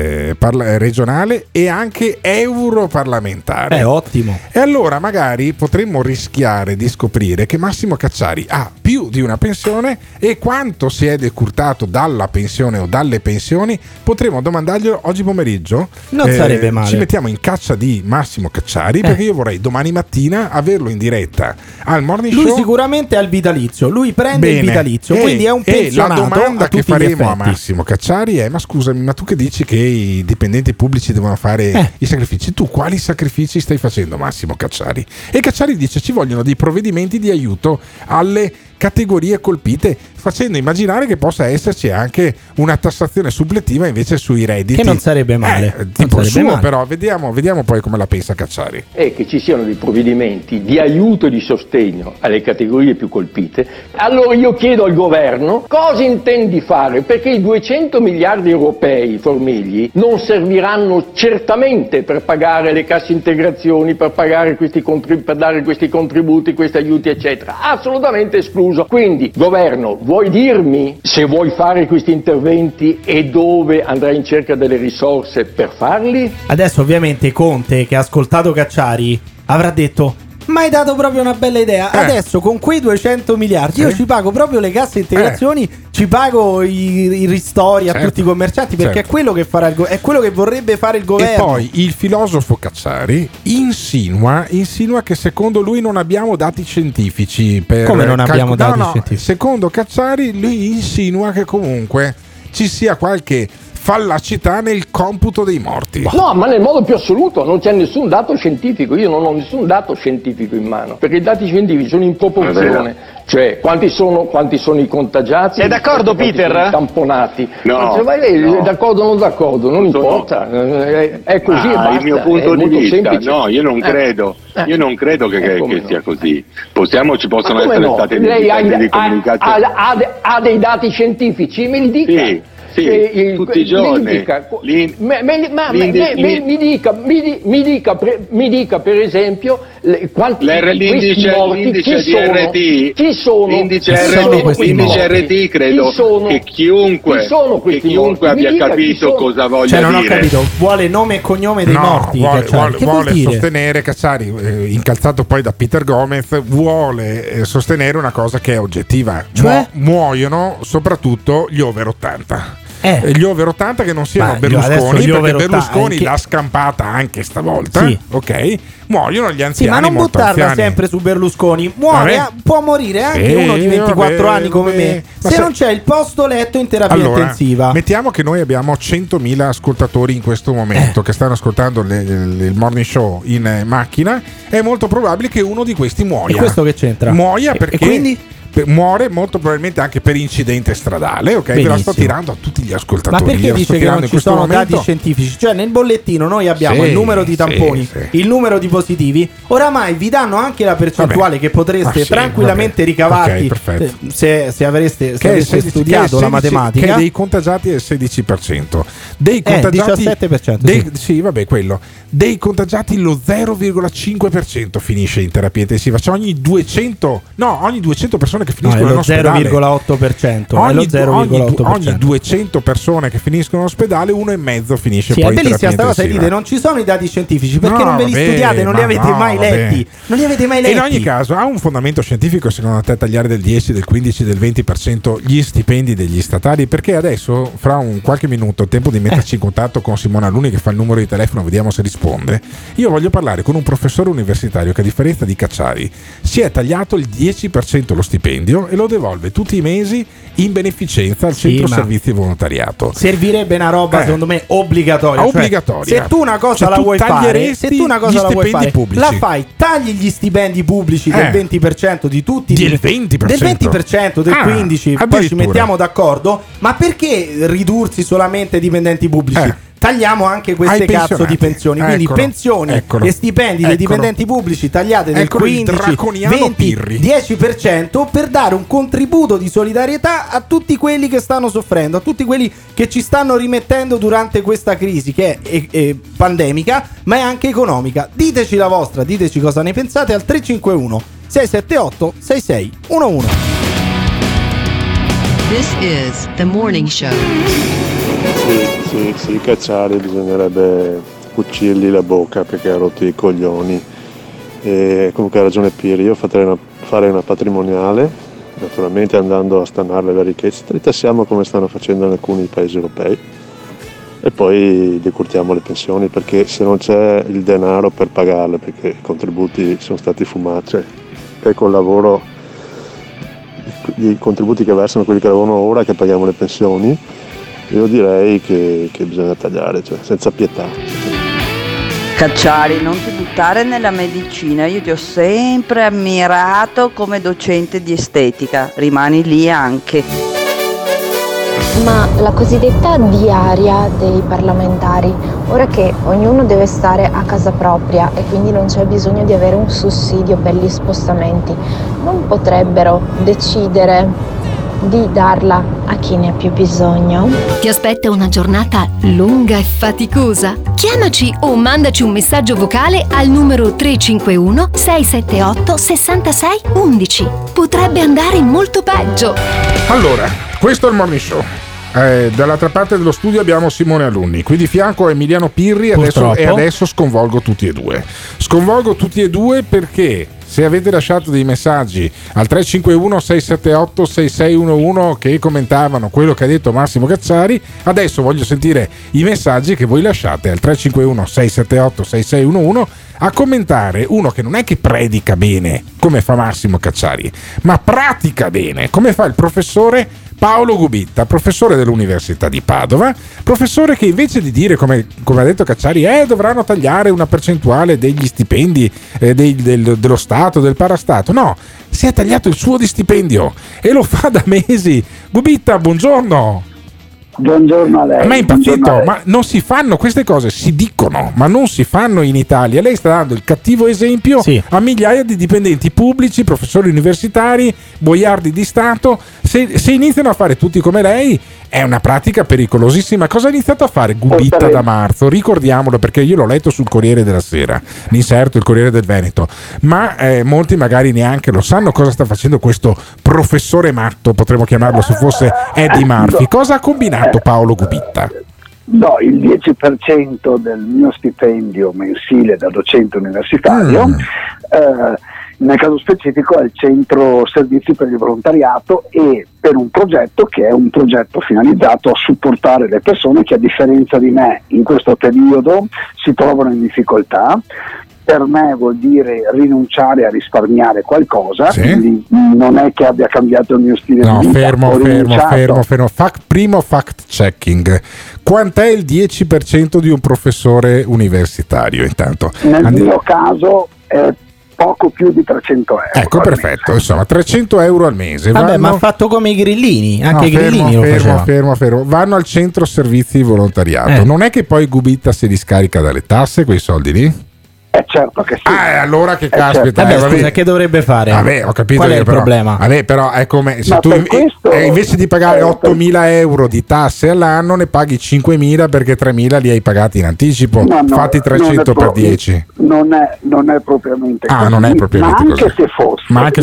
regionale e anche europarlamentare. Ottimo. E allora magari potremmo rischiare di scoprire che Massimo Cacciari ha più di una pensione, e quanto si è decurtato dalla pensione o dalle pensioni potremmo domandarglielo oggi pomeriggio. Non sarebbe male. Ci mettiamo in caccia di Massimo Cacciari, perché io vorrei domani mattina averlo in diretta al Morning Show. Lui sicuramente ha il vitalizio, lui prende il vitalizio, quindi è un pensionato. E la domanda che faremo a Massimo Cacciari è: ma scusami, ma tu che dici che i dipendenti pubblici devono fare i sacrifici, tu quali sacrifici stai facendo, Massimo Cacciari? E Cacciari dice: ci vogliono dei provvedimenti di aiuto alle categorie colpite, facendo immaginare che possa esserci anche una tassazione suppletiva invece sui redditi, che non sarebbe male, tipo il suo, però vediamo poi come la pensa Cacciari. È che ci siano dei provvedimenti di aiuto e di sostegno alle categorie più colpite. Allora io chiedo al governo cosa intendi fare, perché i 200 miliardi europei, Formigli, non serviranno certamente per pagare le casse integrazioni, per pagare per dare questi contributi, questi aiuti eccetera, assolutamente escluso. Quindi governo, vuoi dirmi se vuoi fare questi interventi e dove andrai in cerca delle risorse per farli? Adesso ovviamente Conte, che ha ascoltato Cacciari, avrà detto: ma hai dato proprio una bella idea. Adesso con quei 200 miliardi io ci pago proprio le casse integrazioni, ci pago i ristori a tutti i commercianti, perché è quello che farà è quello che vorrebbe fare il governo. E poi il filosofo Cacciari insinua che secondo lui non abbiamo dati scientifici per come non abbiamo dati scientifici? Secondo Cacciari lui insinua che comunque ci sia qualche fallacità nel computo dei morti. No, ma nel modo più assoluto non c'è nessun dato scientifico, io non ho nessun dato scientifico in mano, perché i dati scientifici sono in proporzione, cioè quanti sono i contagiati. Sei d'accordo, Peter? Sono i tamponati. No, è d'accordo o non d'accordo, non importa, è così e basta. Il mio punto di vista, semplice. no, io non credo. Io non credo che sia così. Ci possono essere state dei comunicati. Ha dei dati scientifici? Me li dica. Sì, tutti i giorni. Mi dica per esempio quanti questi morti chi sono? L'indice RT credo che chiunque abbia capito cosa voglia dire. Non ho capito, vuole nome e cognome dei morti. Vuole sostenere, Cacciari, incalzato poi da Peter Gomez, vuole sostenere una cosa che è oggettiva. Cioè? Muoiono soprattutto gli over 80. Gli over 80 che non siano Berlusconi, perché Berlusconi l'ha scampata anche stavolta, ok? Muoiono gli anziani. Ma non buttarla sempre su Berlusconi. Può morire anche uno di 24 anni come me, se non c'è il posto letto in terapia intensiva. Mettiamo che noi abbiamo 100.000 ascoltatori in questo momento che stanno ascoltando il Morning Show in macchina. È molto probabile che uno di questi muoia. E questo che c'entra? Muoia perché... E quindi? Muore molto probabilmente anche per incidente stradale, ok? Ve la sto tirando a tutti gli ascoltatori. Ma perché dice che non ci sono dati scientifici? Cioè nel bollettino noi abbiamo il numero di tamponi, il numero di positivi. Oramai vi danno anche la percentuale che potreste tranquillamente ricavarti se aveste studiato la matematica. Che dei contagiati è il 16%. Dei contagiati 17%. Sì, vabbè, quello. Dei contagiati lo 0,5% finisce in terapia intensiva. Cioè ogni 200 persone che finiscono in ospedale. 0,8%. Ogni 200 persone che finiscono in ospedale, 1,5 finisce poi in terapia intensiva. È bellissima sta cosa, dite, non ci sono i dati scientifici perché non ve li studiate, non li avete mai letti. Non li avete mai letti. In ogni caso, ha un fondamento scientifico secondo te tagliare del 10, del 15, del 20% gli stipendi degli statali? Perché adesso, fra un qualche minuto, tempo di metterci in contatto con Simona Alunni che fa il numero di telefono, vediamo se risponde. Io voglio parlare con un professore universitario che, a differenza di Cacciari, si è tagliato il 10% lo stipendio e lo devolve tutti i mesi in beneficenza al centro servizi volontariato. Servirebbe una roba secondo me obbligatoria. Obbligatoria. Se tu una cosa la vuoi fare, pubblici, la fai, tagli gli stipendi pubblici del 20% di tutti, del 20%, del 20%, del 15%, poi ci mettiamo d'accordo, ma perché ridursi solamente ai dipendenti pubblici? Tagliamo anche queste cazzo di pensioni, quindi pensioni e stipendi dei dipendenti pubblici tagliate del 15, 20, 10% per dare un contributo di solidarietà a tutti quelli che stanno soffrendo, a tutti quelli che ci stanno rimettendo durante questa crisi che è pandemica ma è anche economica. Diteci la vostra, diteci cosa ne pensate al 351 678 6611. This is the morning show. Sì, Cacciari bisognerebbe cucirgli la bocca perché ha rotto i coglioni. E comunque ha ragione Piri, io farei una patrimoniale, naturalmente andando a stanare le ricchezze, tritassiamo come stanno facendo in alcuni paesi europei e poi decurtiamo le pensioni, perché se non c'è il denaro per pagarle, perché i contributi sono stati fumati, e col lavoro i contributi che versano quelli che lavorano ora, che paghiamo le pensioni, io direi che bisogna tagliare, cioè senza pietà. Cacciari, non ti buttare nella medicina, io ti ho sempre ammirato come docente di estetica, rimani lì anche. Ma la cosiddetta diaria dei parlamentari, ora che ognuno deve stare a casa propria e quindi non c'è bisogno di avere un sussidio per gli spostamenti, non potrebbero decidere di darla a chi ne ha più bisogno? Ti aspetta una giornata lunga e faticosa? Chiamaci o mandaci un messaggio vocale al numero 351 678 66 11. Potrebbe andare molto peggio. Allora, questo è il Morning Show. Dall'altra parte dello studio abbiamo Simone Alunni, qui di fianco Emiliano Pirri e adesso sconvolgo tutti e due. Sconvolgo tutti e due perché se avete lasciato dei messaggi al 351 678 6611 che commentavano quello che ha detto Massimo Cacciari, adesso voglio sentire i messaggi che voi lasciate al 351 678 6611 a commentare uno che non è che predica bene come fa Massimo Cacciari, ma pratica bene come fa il professore Paolo Gubitta, professore dell'Università di Padova, professore che invece di dire come ha detto Cacciari dovranno tagliare una percentuale degli stipendi dello Stato, del parastato, no, si è tagliato il suo di stipendio e lo fa da mesi. Gubitta, buongiorno. Buongiorno a lei. Ma è impazzito, ma non si fanno queste cose, si dicono, ma non si fanno in Italia. Lei sta dando il cattivo esempio a migliaia di dipendenti pubblici, professori universitari, boiardi di Stato. Se iniziano a fare tutti come lei, è una pratica pericolosissima. Cosa ha iniziato a fare Gubitta da marzo? Ricordiamolo, perché io l'ho letto sul Corriere della Sera, l'inserto, il Corriere del Veneto, ma molti magari neanche lo sanno cosa sta facendo questo professore matto, potremmo chiamarlo se fosse Eddie Murphy. Cosa ha combinato Paolo Gubitta? No, il 10% del mio stipendio mensile da docente universitario, nel caso specifico è il centro servizi per il volontariato e per un progetto che è un progetto finalizzato a supportare le persone che, a differenza di me, in questo periodo si trovano in difficoltà. Per me vuol dire rinunciare a risparmiare qualcosa, quindi non è che abbia cambiato il mio stile di vita. Fermo. Primo fact checking. Quant'è il 10% di un professore universitario intanto? Nel mio caso è poco più di 300 euro. Ecco, perfetto, insomma 300 euro al mese. Vabbè, ma ha fatto come i grillini, anche i grillini fermo. Vanno al centro servizi di volontariato. Non è che poi Gubitta se li scarica dalle tasse quei soldi lì? certo che sì. Allora che caspita. Scusa, che dovrebbe fare? Vabbè, ho capito. Qual è il problema? Vabbè, però è come se tu invece di pagare 8.000 euro di tasse all'anno ne paghi 5.000 perché 3.000 li hai pagati in anticipo. Fatti 300 per 10. Non è propriamente così. Non è propriamente ma così. Ma anche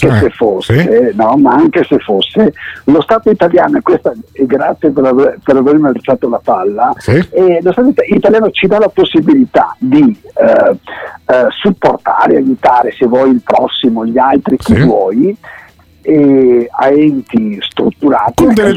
se fosse, lo Stato italiano, e grazie per avermi alzato la palla, lo Stato italiano ci dà la possibilità di supportare, aiutare, se vuoi, il prossimo, gli altri, chi vuoi, a enti strutturati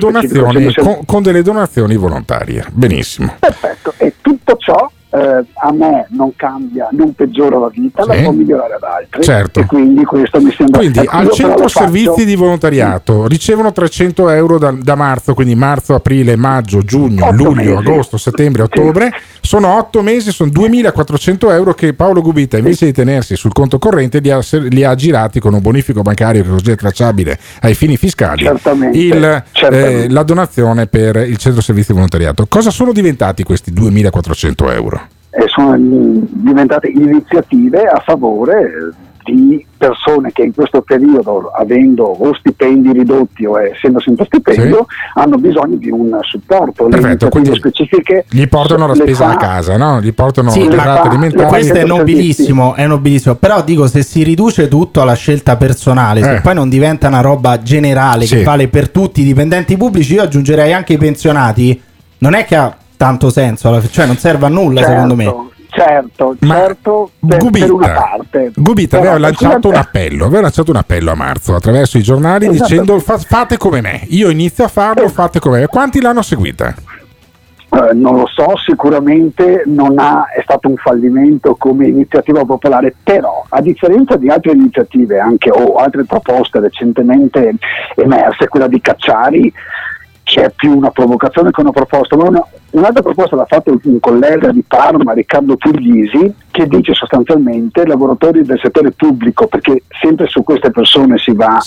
con delle donazioni volontarie. Benissimo. Perfetto, e tutto ciò a me non cambia, non peggiora la vita, la può migliorare ad altri. Certo. E quindi questo mi sembra. Quindi al centro servizi di volontariato ricevono 300 euro da marzo, quindi marzo, aprile, maggio, giugno, luglio, agosto, settembre, ottobre. Sono 8 mesi, sono 2.400 euro che Paolo Gubita, invece di tenersi sul conto corrente, li ha girati con un bonifico bancario che così è tracciabile ai fini fiscali. Certamente. La donazione per il centro servizi di volontariato. Cosa sono diventati questi 2.400 euro? Sono diventate iniziative a favore di persone che in questo periodo, avendo o stipendi ridotti o essendo senza stipendio, hanno bisogno di un supporto. Perfetto, quindi specifiche gli portano la spesa a casa, no? Gli portano le rate alimentari. Questo è nobilissimo, però dico, se si riduce tutto alla scelta personale, se poi non diventa una roba generale che vale per tutti i dipendenti pubblici, io aggiungerei anche i pensionati, non è che ha tanto senso, cioè non serve a nulla, secondo me. Certo, per una parte. Gubita aveva lanciato un appello a marzo attraverso i giornali dicendo fate come me, io inizio a farlo, fate come me. Quanti l'hanno seguita? Non lo so, sicuramente è stato un fallimento come iniziativa popolare, però a differenza di altre iniziative anche o altre proposte recentemente emerse, quella di Cacciari, che è più una provocazione che una proposta, ma un'altra proposta l'ha fatta un collega di Parma, Riccardo Puglisi, che dice sostanzialmente lavoratori del settore pubblico, perché sempre su queste persone si va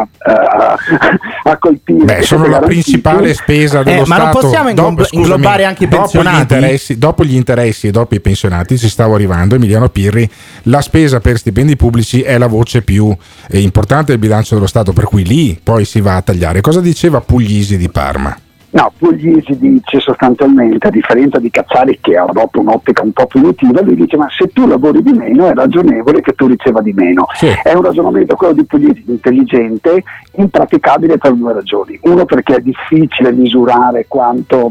a colpire. Sono la principale spesa dello Stato. Ma non possiamo inglobare anche i pensionati? Dopo gli interessi e dopo i pensionati ci stavo arrivando, Emiliano Pirri, la spesa per stipendi pubblici è la voce più importante del bilancio dello Stato, per cui lì poi si va a tagliare. Cosa diceva Puglisi di Parma? No, Puglisi dice sostanzialmente, a differenza di Cacciari che ha dopo un'ottica un po' punitiva, lui dice ma se tu lavori di meno è ragionevole che tu riceva di meno. È un ragionamento, quello di Puglisi, intelligente, impraticabile per due ragioni. Uno, perché è difficile misurare quanto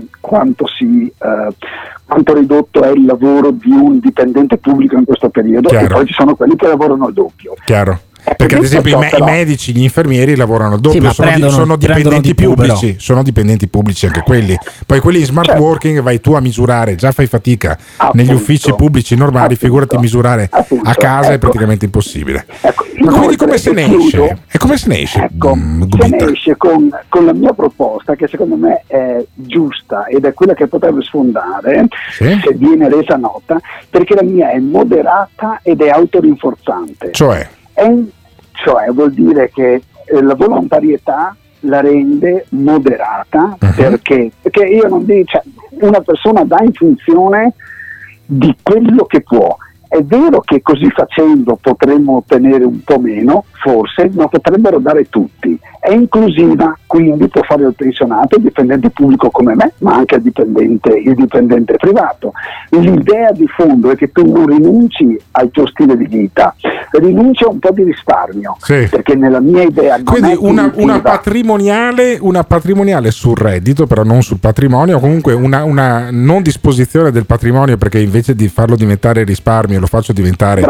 ridotto è il lavoro di un dipendente pubblico in questo periodo. Chiaro. E poi ci sono quelli che lavorano al doppio. Chiaro. Perché ad esempio i medici, gli infermieri lavorano al doppio, sono dipendenti pubblici, sono dipendenti pubblici anche quelli. Poi quelli in smart working vai tu a misurare, già fai fatica negli uffici pubblici normali, figurati misurare a casa è praticamente impossibile. Ma quindi come se ne esce? E come se ne esce? Se ne esce con la mia proposta, che secondo me è giusta ed è quella che potrebbe sfondare se viene resa nota, perché la mia è moderata ed è autorinforzante. Cioè vuol dire che la volontarietà la rende moderata, perché io non dico, una persona dà in funzione di quello che può. È vero che così facendo potremmo ottenere un po' meno, forse, ma potrebbero dare tutti. È inclusiva, quindi può fare il pensionato, il dipendente pubblico come me, ma anche il dipendente privato. L'idea di fondo è che tu non rinunci al tuo stile di vita, rinunci a un po' di risparmio, perché nella mia idea non quindi è una patrimoniale sul reddito, però non sul patrimonio, comunque una non disposizione del patrimonio, perché invece di farlo diventare risparmio lo faccio diventare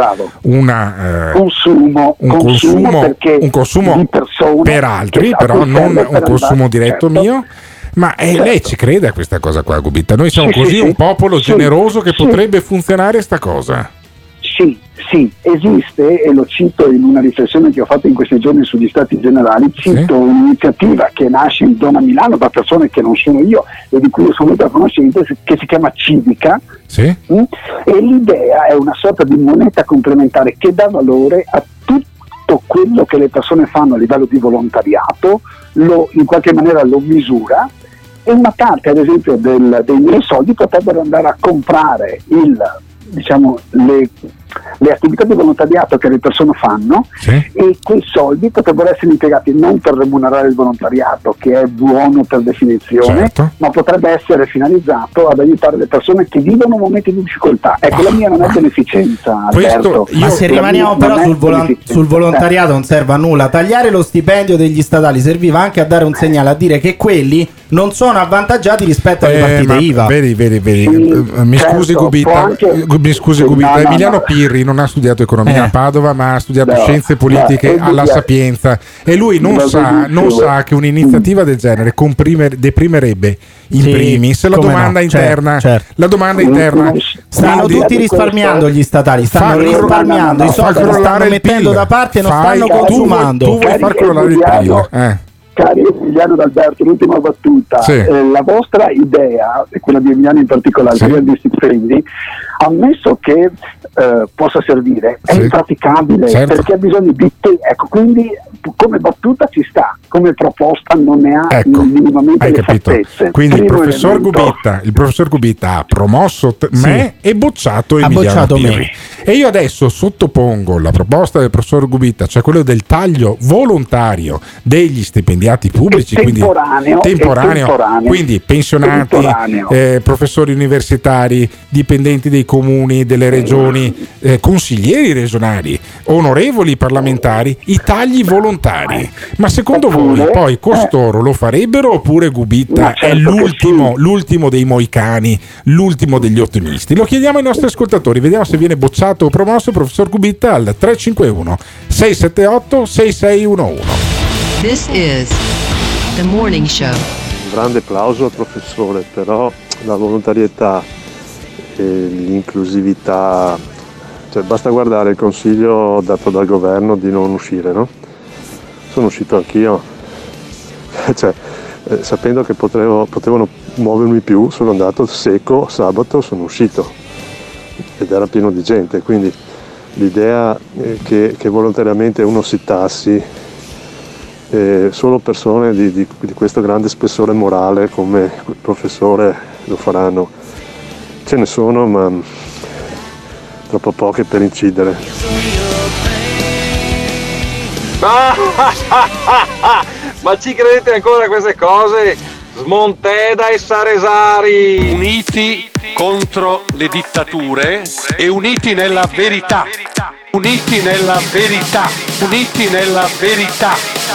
consumo di persone per altri, però non un consumo diretto mio. Ma lei ci crede a questa cosa qua, Gubita? Noi siamo un popolo generoso che potrebbe funzionare sta cosa? Sì, esiste, e lo cito in una riflessione che ho fatto in questi giorni sugli Stati Generali, cito un'iniziativa che nasce in zona Milano da persone che non sono io e di cui sono venuto a conoscenza, che si chiama Civica, e l'idea è una sorta di moneta complementare che dà valore a tutto quello che le persone fanno a livello di volontariato, in qualche maniera lo misura, e una parte ad esempio dei miei soldi potrebbero andare a comprare le le attività di volontariato che le persone fanno, e quei soldi potrebbero essere impiegati non per remunerare il volontariato, che è buono per definizione, ma potrebbe essere finalizzato ad aiutare le persone che vivono momenti di difficoltà. Ecco, la mia non è beneficenza, Alberto. Ma se rimaniamo però sul volontariato non serve a nulla. Tagliare lo stipendio degli statali serviva anche a dare un segnale, a dire che quelli non sono avvantaggiati rispetto alle partite IVA. Vedi. Mi scusi Gubita, Emiliano Pirri non ha studiato economia a Padova, ma ha studiato scienze politiche alla Sapienza, e lui non sa che un'iniziativa del genere deprimerebbe in primis la domanda interna. La domanda interna. Stanno tutti risparmiando gli statali, stanno risparmiando i soldi, li stanno mettendo da parte e non stanno consumando. Tu vuoi far crollare il PIL. Cari Emiliano d'Alberto, l'ultima battuta, la vostra idea, e quella di Emiliano in particolare, quella di stipendi, ammesso che possa servire, è impraticabile, perché ha bisogno di ecco, quindi come battuta ci sta, come proposta non ne ha minimamente le fattezze. Quindi il professor Gubita ha promosso me e bocciato Emiliano Pirri. E io adesso sottopongo la proposta del professor Gubita, cioè quello del taglio volontario degli stipendiati pubblici, temporaneo, quindi pensionati, professori universitari, dipendenti dei comuni, delle regioni, consiglieri regionali, onorevoli parlamentari, i tagli volontari. Ma secondo voi poi costoro lo farebbero, oppure Gubita è l'ultimo dei moicani, l'ultimo degli ottimisti? Lo chiediamo ai nostri ascoltatori, vediamo se viene bocciato o promosso il professor Gubita al 351 678 6611. This is The Morning Show. Un grande applauso al professore, però la volontarietà e l'inclusività, cioè basta guardare il consiglio dato dal governo di non uscire, no? Sono uscito anch'io, sapendo che potevano muovermi più, sono andato secco, sabato sono uscito ed era pieno di gente, quindi l'idea che volontariamente uno si tassi, solo persone di questo grande spessore morale come il professore lo faranno, ce ne sono, ma troppo poche per incidere. Ma ci credete ancora a queste cose? Smonteda e Saresari uniti contro le dittature e uniti nella verità. Uniti nella verità, uniti nella verità,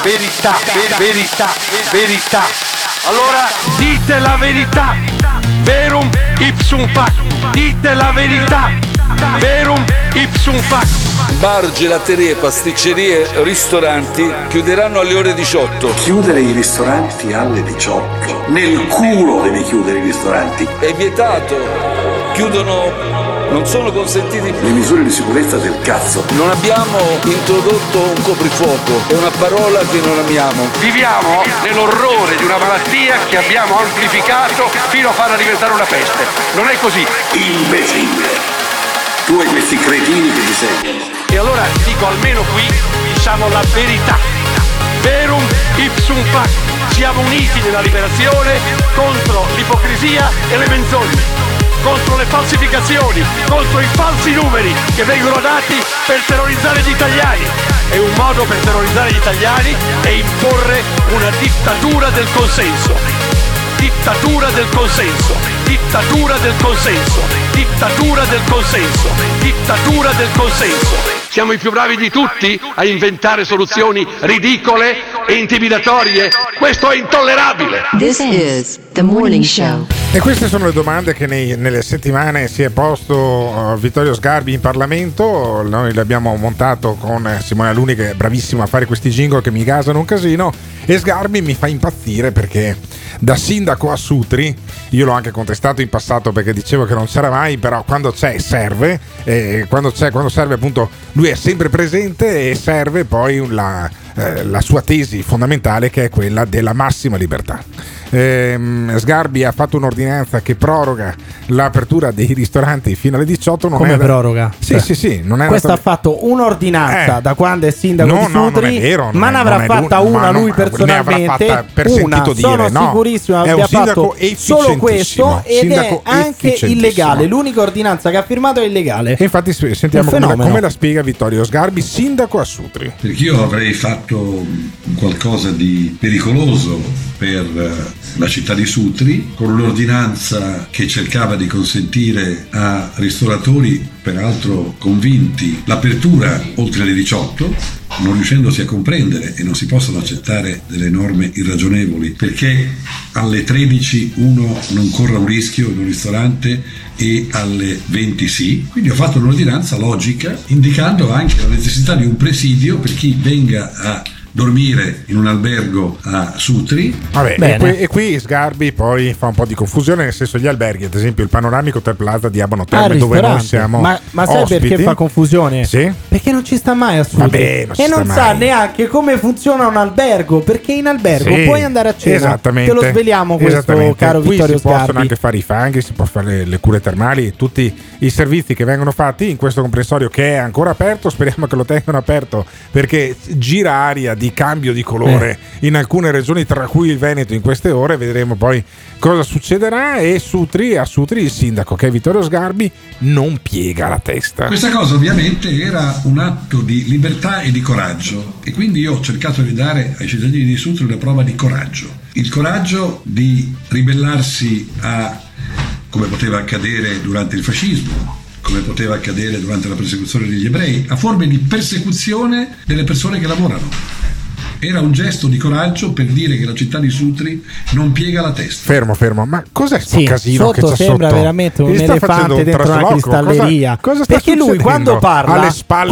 verità. Allora dite la verità, verum ipsum fac, dite la verità, verum ipsum fac. Bar, gelaterie, pasticcerie, ristoranti chiuderanno alle ore 18. Chiudere i ristoranti alle 18? Nel culo devi chiudere i ristoranti. È vietato. Chiudono. Non sono consentiti le misure di sicurezza del cazzo. Non abbiamo introdotto un coprifuoco, è una parola che non amiamo. Viviamo nell'orrore di una malattia che abbiamo amplificato fino a farla diventare una peste. Non è così. Imbecille. Tu hai questi cretini che ti seguono. E allora dico, almeno qui diciamo la verità. Verum ipsum fac. Siamo uniti nella liberazione contro l'ipocrisia e le menzogne, contro le falsificazioni, contro i falsi numeri che vengono dati per terrorizzare gli italiani. È un modo per terrorizzare gli italiani e imporre una dittatura del consenso. Dittatura del consenso. Dittatura del consenso. Dittatura del consenso. Dittatura del consenso. Siamo i più bravi di tutti a inventare soluzioni ridicole e intimidatorie. Questo è intollerabile. This is The Morning Show. E queste sono le domande che nelle settimane si è posto Vittorio Sgarbi in Parlamento. Noi l'abbiamo montato con Simone Alunni, che è bravissimo a fare questi jingle che mi gasano un casino, e Sgarbi mi fa impazzire perché da sindaco a Sutri, io l'ho anche contestato in passato perché dicevo che non c'era mai, però quando c'è serve, e quando serve appunto lui è sempre presente, e serve poi la sua tesi fondamentale, che è quella della massima libertà. Sgarbi ha fatto un'ordinanza che proroga l'apertura dei ristoranti fino alle 18. Come proroga? Sì, non era questo ha fatto un'ordinanza da quando è sindaco di Sutri, non è vero, ma ne avrà fatta una lui personalmente, sono sicurissimo abbia fatto solo questo, ed è anche illegale. L'unica ordinanza che ha firmato è illegale. E infatti sentiamo come la spiega Vittorio Sgarbi, sindaco a Sutri. Perché io avrei fatto qualcosa di pericoloso per la città di Sutri, con un'ordinanza che cercava di consentire a ristoratori, peraltro convinti, l'apertura oltre le 18, non riuscendosi a comprendere, e non si possono accettare delle norme irragionevoli, perché alle 13 uno non corra un rischio in un ristorante e alle 20 sì. Quindi ho fatto un'ordinanza logica, indicando anche la necessità di un presidio per chi venga a dormire in un albergo a Sutri. E qui Sgarbi poi fa un po' di confusione, nel senso, gli alberghi, ad esempio il Panoramico Hotel Plaza di Abano Terme, dove noi siamo ma sai ospiti? Perché fa confusione? Sì? Perché non ci sta mai a Sutri e non sa neanche come funziona un albergo, perché in albergo puoi andare a cena, te lo sveliamo questo, caro qui Vittorio si Sgarbi. possono anche fare i fanghi, si può fare le cure termali, tutti i servizi che vengono fatti in questo comprensorio che è ancora aperto. Speriamo che lo tengano aperto, perché gira aria di cambio di colore in alcune regioni, tra cui il Veneto in queste ore. Vedremo poi cosa succederà. E a Sutri il sindaco, che è Vittorio Sgarbi, non piega la testa. Questa cosa ovviamente era un atto di libertà e di coraggio, e quindi io ho cercato di dare ai cittadini di Sutri una prova di coraggio, il coraggio di ribellarsi a, come poteva accadere durante il fascismo, come poteva accadere durante la persecuzione degli ebrei, a forme di persecuzione delle persone che lavorano. Era un gesto di coraggio per dire che la città di Sutri non piega la testa. Fermo, ma cos'è sto casino che c'è sotto? Sembra veramente un elefante dentro una cristalleria. Cosa perché lui quando parla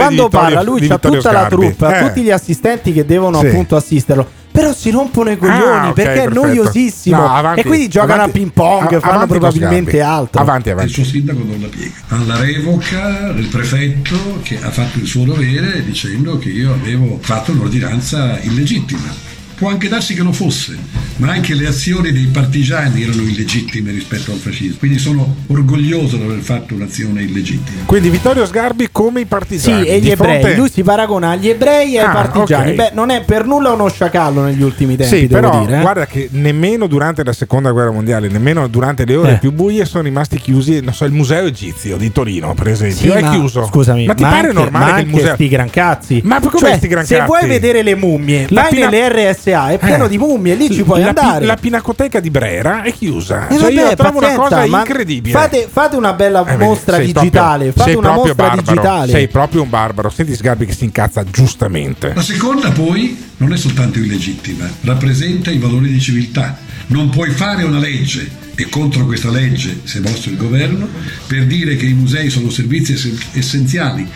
lui c'ha tutta la troupe, ha tutti gli assistenti che devono appunto assisterlo. Però si rompono i coglioni perché è noiosissimo, e quindi giocano a ping pong, fanno probabilmente altro. Avanti. Il suo sindaco non la piega. Alla revoca del prefetto, che ha fatto il suo dovere dicendo che io avevo fatto un'ordinanza illegittima. Può anche darsi che lo fosse, ma anche le azioni dei partigiani erano illegittime rispetto al fascismo, quindi sono orgoglioso di aver fatto un'azione illegittima. Quindi Vittorio Sgarbi come i partigiani. Sì, e gli ebrei, lui si paragona agli ebrei e ai partigiani. Beh, non è per nulla uno sciacallo negli ultimi tempi, sì, devo però, dire. Guarda che nemmeno durante la seconda guerra mondiale, nemmeno durante le ore più buie sono rimasti chiusi, non so, il museo egizio di Torino, per esempio, è chiuso. Scusami, ma ti pare normale che il museo sti gran cazzi? Ma come sti gran cazzi? Se vuoi vedere le mummie, vai nelle RSA, è pieno di mummie, lì ci puoi andare. La Pinacoteca di Brera è chiusa. Io trovo una cosa incredibile. Fate una bella mostra digitale. Fate una mostra digitale. Sei proprio un barbaro. Senti Sgarbi che si incazza giustamente. La seconda poi non è soltanto illegittima, rappresenta i valori di civiltà. Non puoi fare una legge, e contro questa legge si è mosso il governo, per dire che i musei sono servizi essenziali,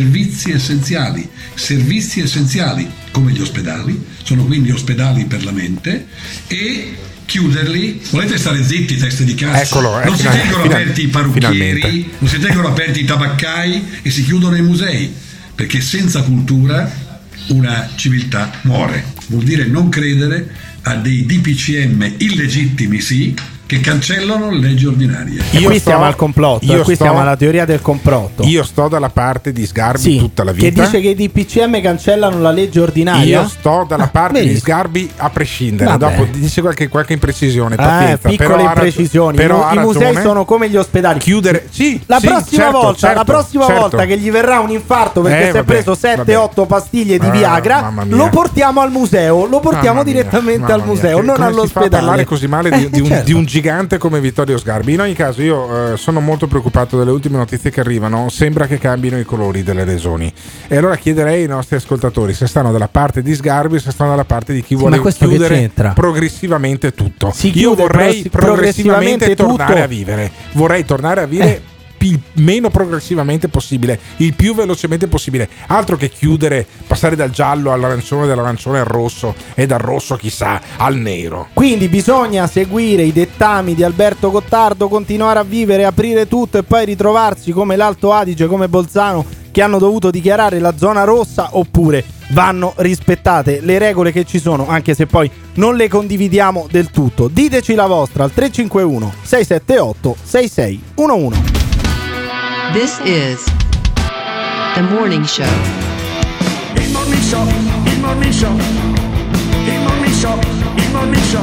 come gli ospedali, sono quindi ospedali per la mente, e chiuderli. Volete stare zitti, teste di cazzo? Non si tengono aperti i parrucchieri, non si tengono aperti i tabaccai e si chiudono i musei, perché senza cultura una civiltà muore. Vuol dire non credere a dei DPCM illegittimi, sì, che cancellano le leggi ordinarie. Qui siamo al complotto, siamo alla teoria del complotto. Io sto dalla parte di Sgarbi tutta la vita, che dice che i DPCM cancellano la legge ordinaria. Io sto dalla parte di Sgarbi a prescindere. Dopo dice qualche imprecisione, pazienza, piccole imprecisioni. I musei sono come gli ospedali. Chiudere, la prossima volta che gli verrà un infarto perché si è preso 7-8 pastiglie di Viagra, lo portiamo al museo, lo portiamo direttamente al museo, non all'ospedale. Parlare così male di un gigante come Vittorio Sgarbi. In ogni caso io sono molto preoccupato delle ultime notizie che arrivano. Sembra che cambino i colori delle regioni, e allora chiederei ai nostri ascoltatori se stanno dalla parte di Sgarbi o se stanno dalla parte di chi vuole chiudere progressivamente tutto. Io vorrei progressivamente tornare a vivere, vorrei tornare a vivere il meno progressivamente possibile, il più velocemente possibile. Altro che chiudere, passare dal giallo all'arancione, dall'arancione al rosso e dal rosso chissà al nero. Quindi bisogna seguire i dettami di Alberto Gottardo, continuare a vivere, aprire tutto e poi ritrovarsi come l'Alto Adige, come Bolzano, che hanno dovuto dichiarare la zona rossa, oppure vanno rispettate le regole che ci sono, anche se poi non le condividiamo del tutto? Diteci la vostra al 351 678 6611. This is The Morning Show. Il Morning Show, il Morning Show, il Morning Show, il Morning Show.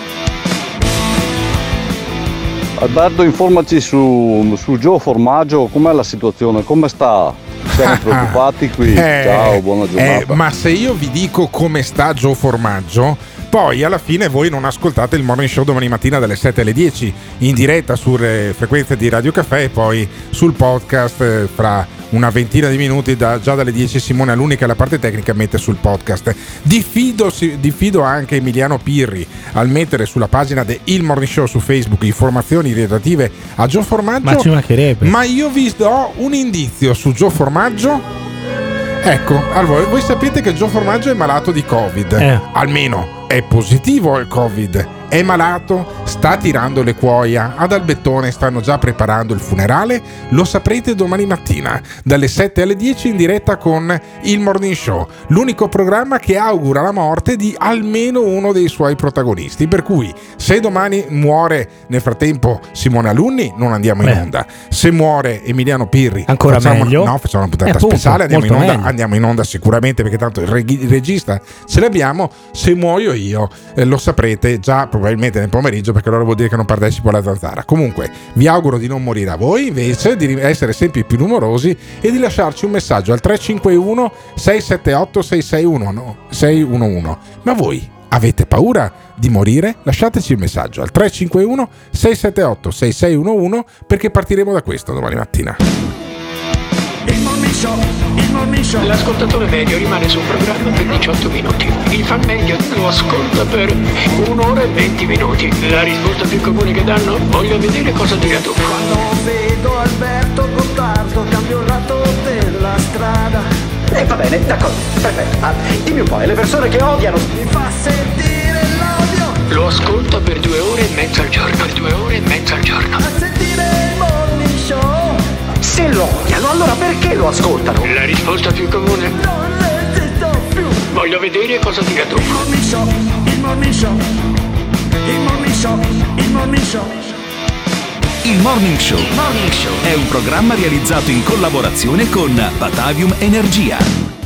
Alberto, informaci su Gio Formaggio, com'è la situazione, come sta? Siamo preoccupati qui. Ciao, buona giornata. Ma se io vi dico come sta Gio Formaggio, poi alla fine voi non ascoltate il Morning Show domani mattina dalle 7 alle 10 in diretta sulle frequenze di Radio Caffè e poi sul podcast fra una ventina di minuti, già dalle 10 Simone Alunni, che è la parte tecnica, mette sul podcast. Diffido anche Emiliano Pirri al mettere sulla pagina del Il Morning Show su Facebook informazioni relative a Gio Formaggio. Ma ci mancherebbe. Ma io vi do un indizio su Gio Formaggio. Ecco, allora, voi sapete che Gio Formaggio è malato di Covid. Almeno è positivo al Covid. È malato, sta tirando le cuoia. Ad Albettone stanno già preparando il funerale. Lo saprete domani mattina dalle 7 alle 10 in diretta con il Morning Show, l'unico programma che augura la morte di almeno uno dei suoi protagonisti. Per cui se domani muore nel frattempo Simone Alunni, non andiamo in onda. Se muore Emiliano Pirri, ancora meglio. No, facciamo una puntata speciale, andiamo in onda sicuramente, perché tanto il regista ce l'abbiamo. Se muoio io, lo saprete già probabilmente nel pomeriggio, perché allora vuol dire che non partecipo alla zanzara. Comunque vi auguro di non morire a voi, invece di essere sempre più numerosi e di lasciarci un messaggio al 351 678 611. Ma voi avete paura di morire? Lasciateci il messaggio al 351 678 6611, perché partiremo da questo domani mattina. Il Morning Show, il Morning Show. L'ascoltatore medio rimane sul programma per 18 minuti. Il fan medio lo ascolta per 1 ora e 20 minuti. La risposta più comune che danno: voglio vedere cosa dirà tu. Quando vedo Alberto Gottardo cambio il lato della strada. Va bene, d'accordo, perfetto. Dimmi un po', le persone che odiano mi fa sentire l'odio. Lo ascolta per 2 ore e mezza al giorno. Per 2 ore e mezza al giorno. A sentire il Morning Show. Se lo odiano, allora perché lo ascoltano? La risposta più comune: non resisto più. Voglio vedere cosa dirà tu. Il Morning Show, il Morning Show, il Morning Show, il Morning Show. Il Morning Show è un programma realizzato in collaborazione con Batavium Energia.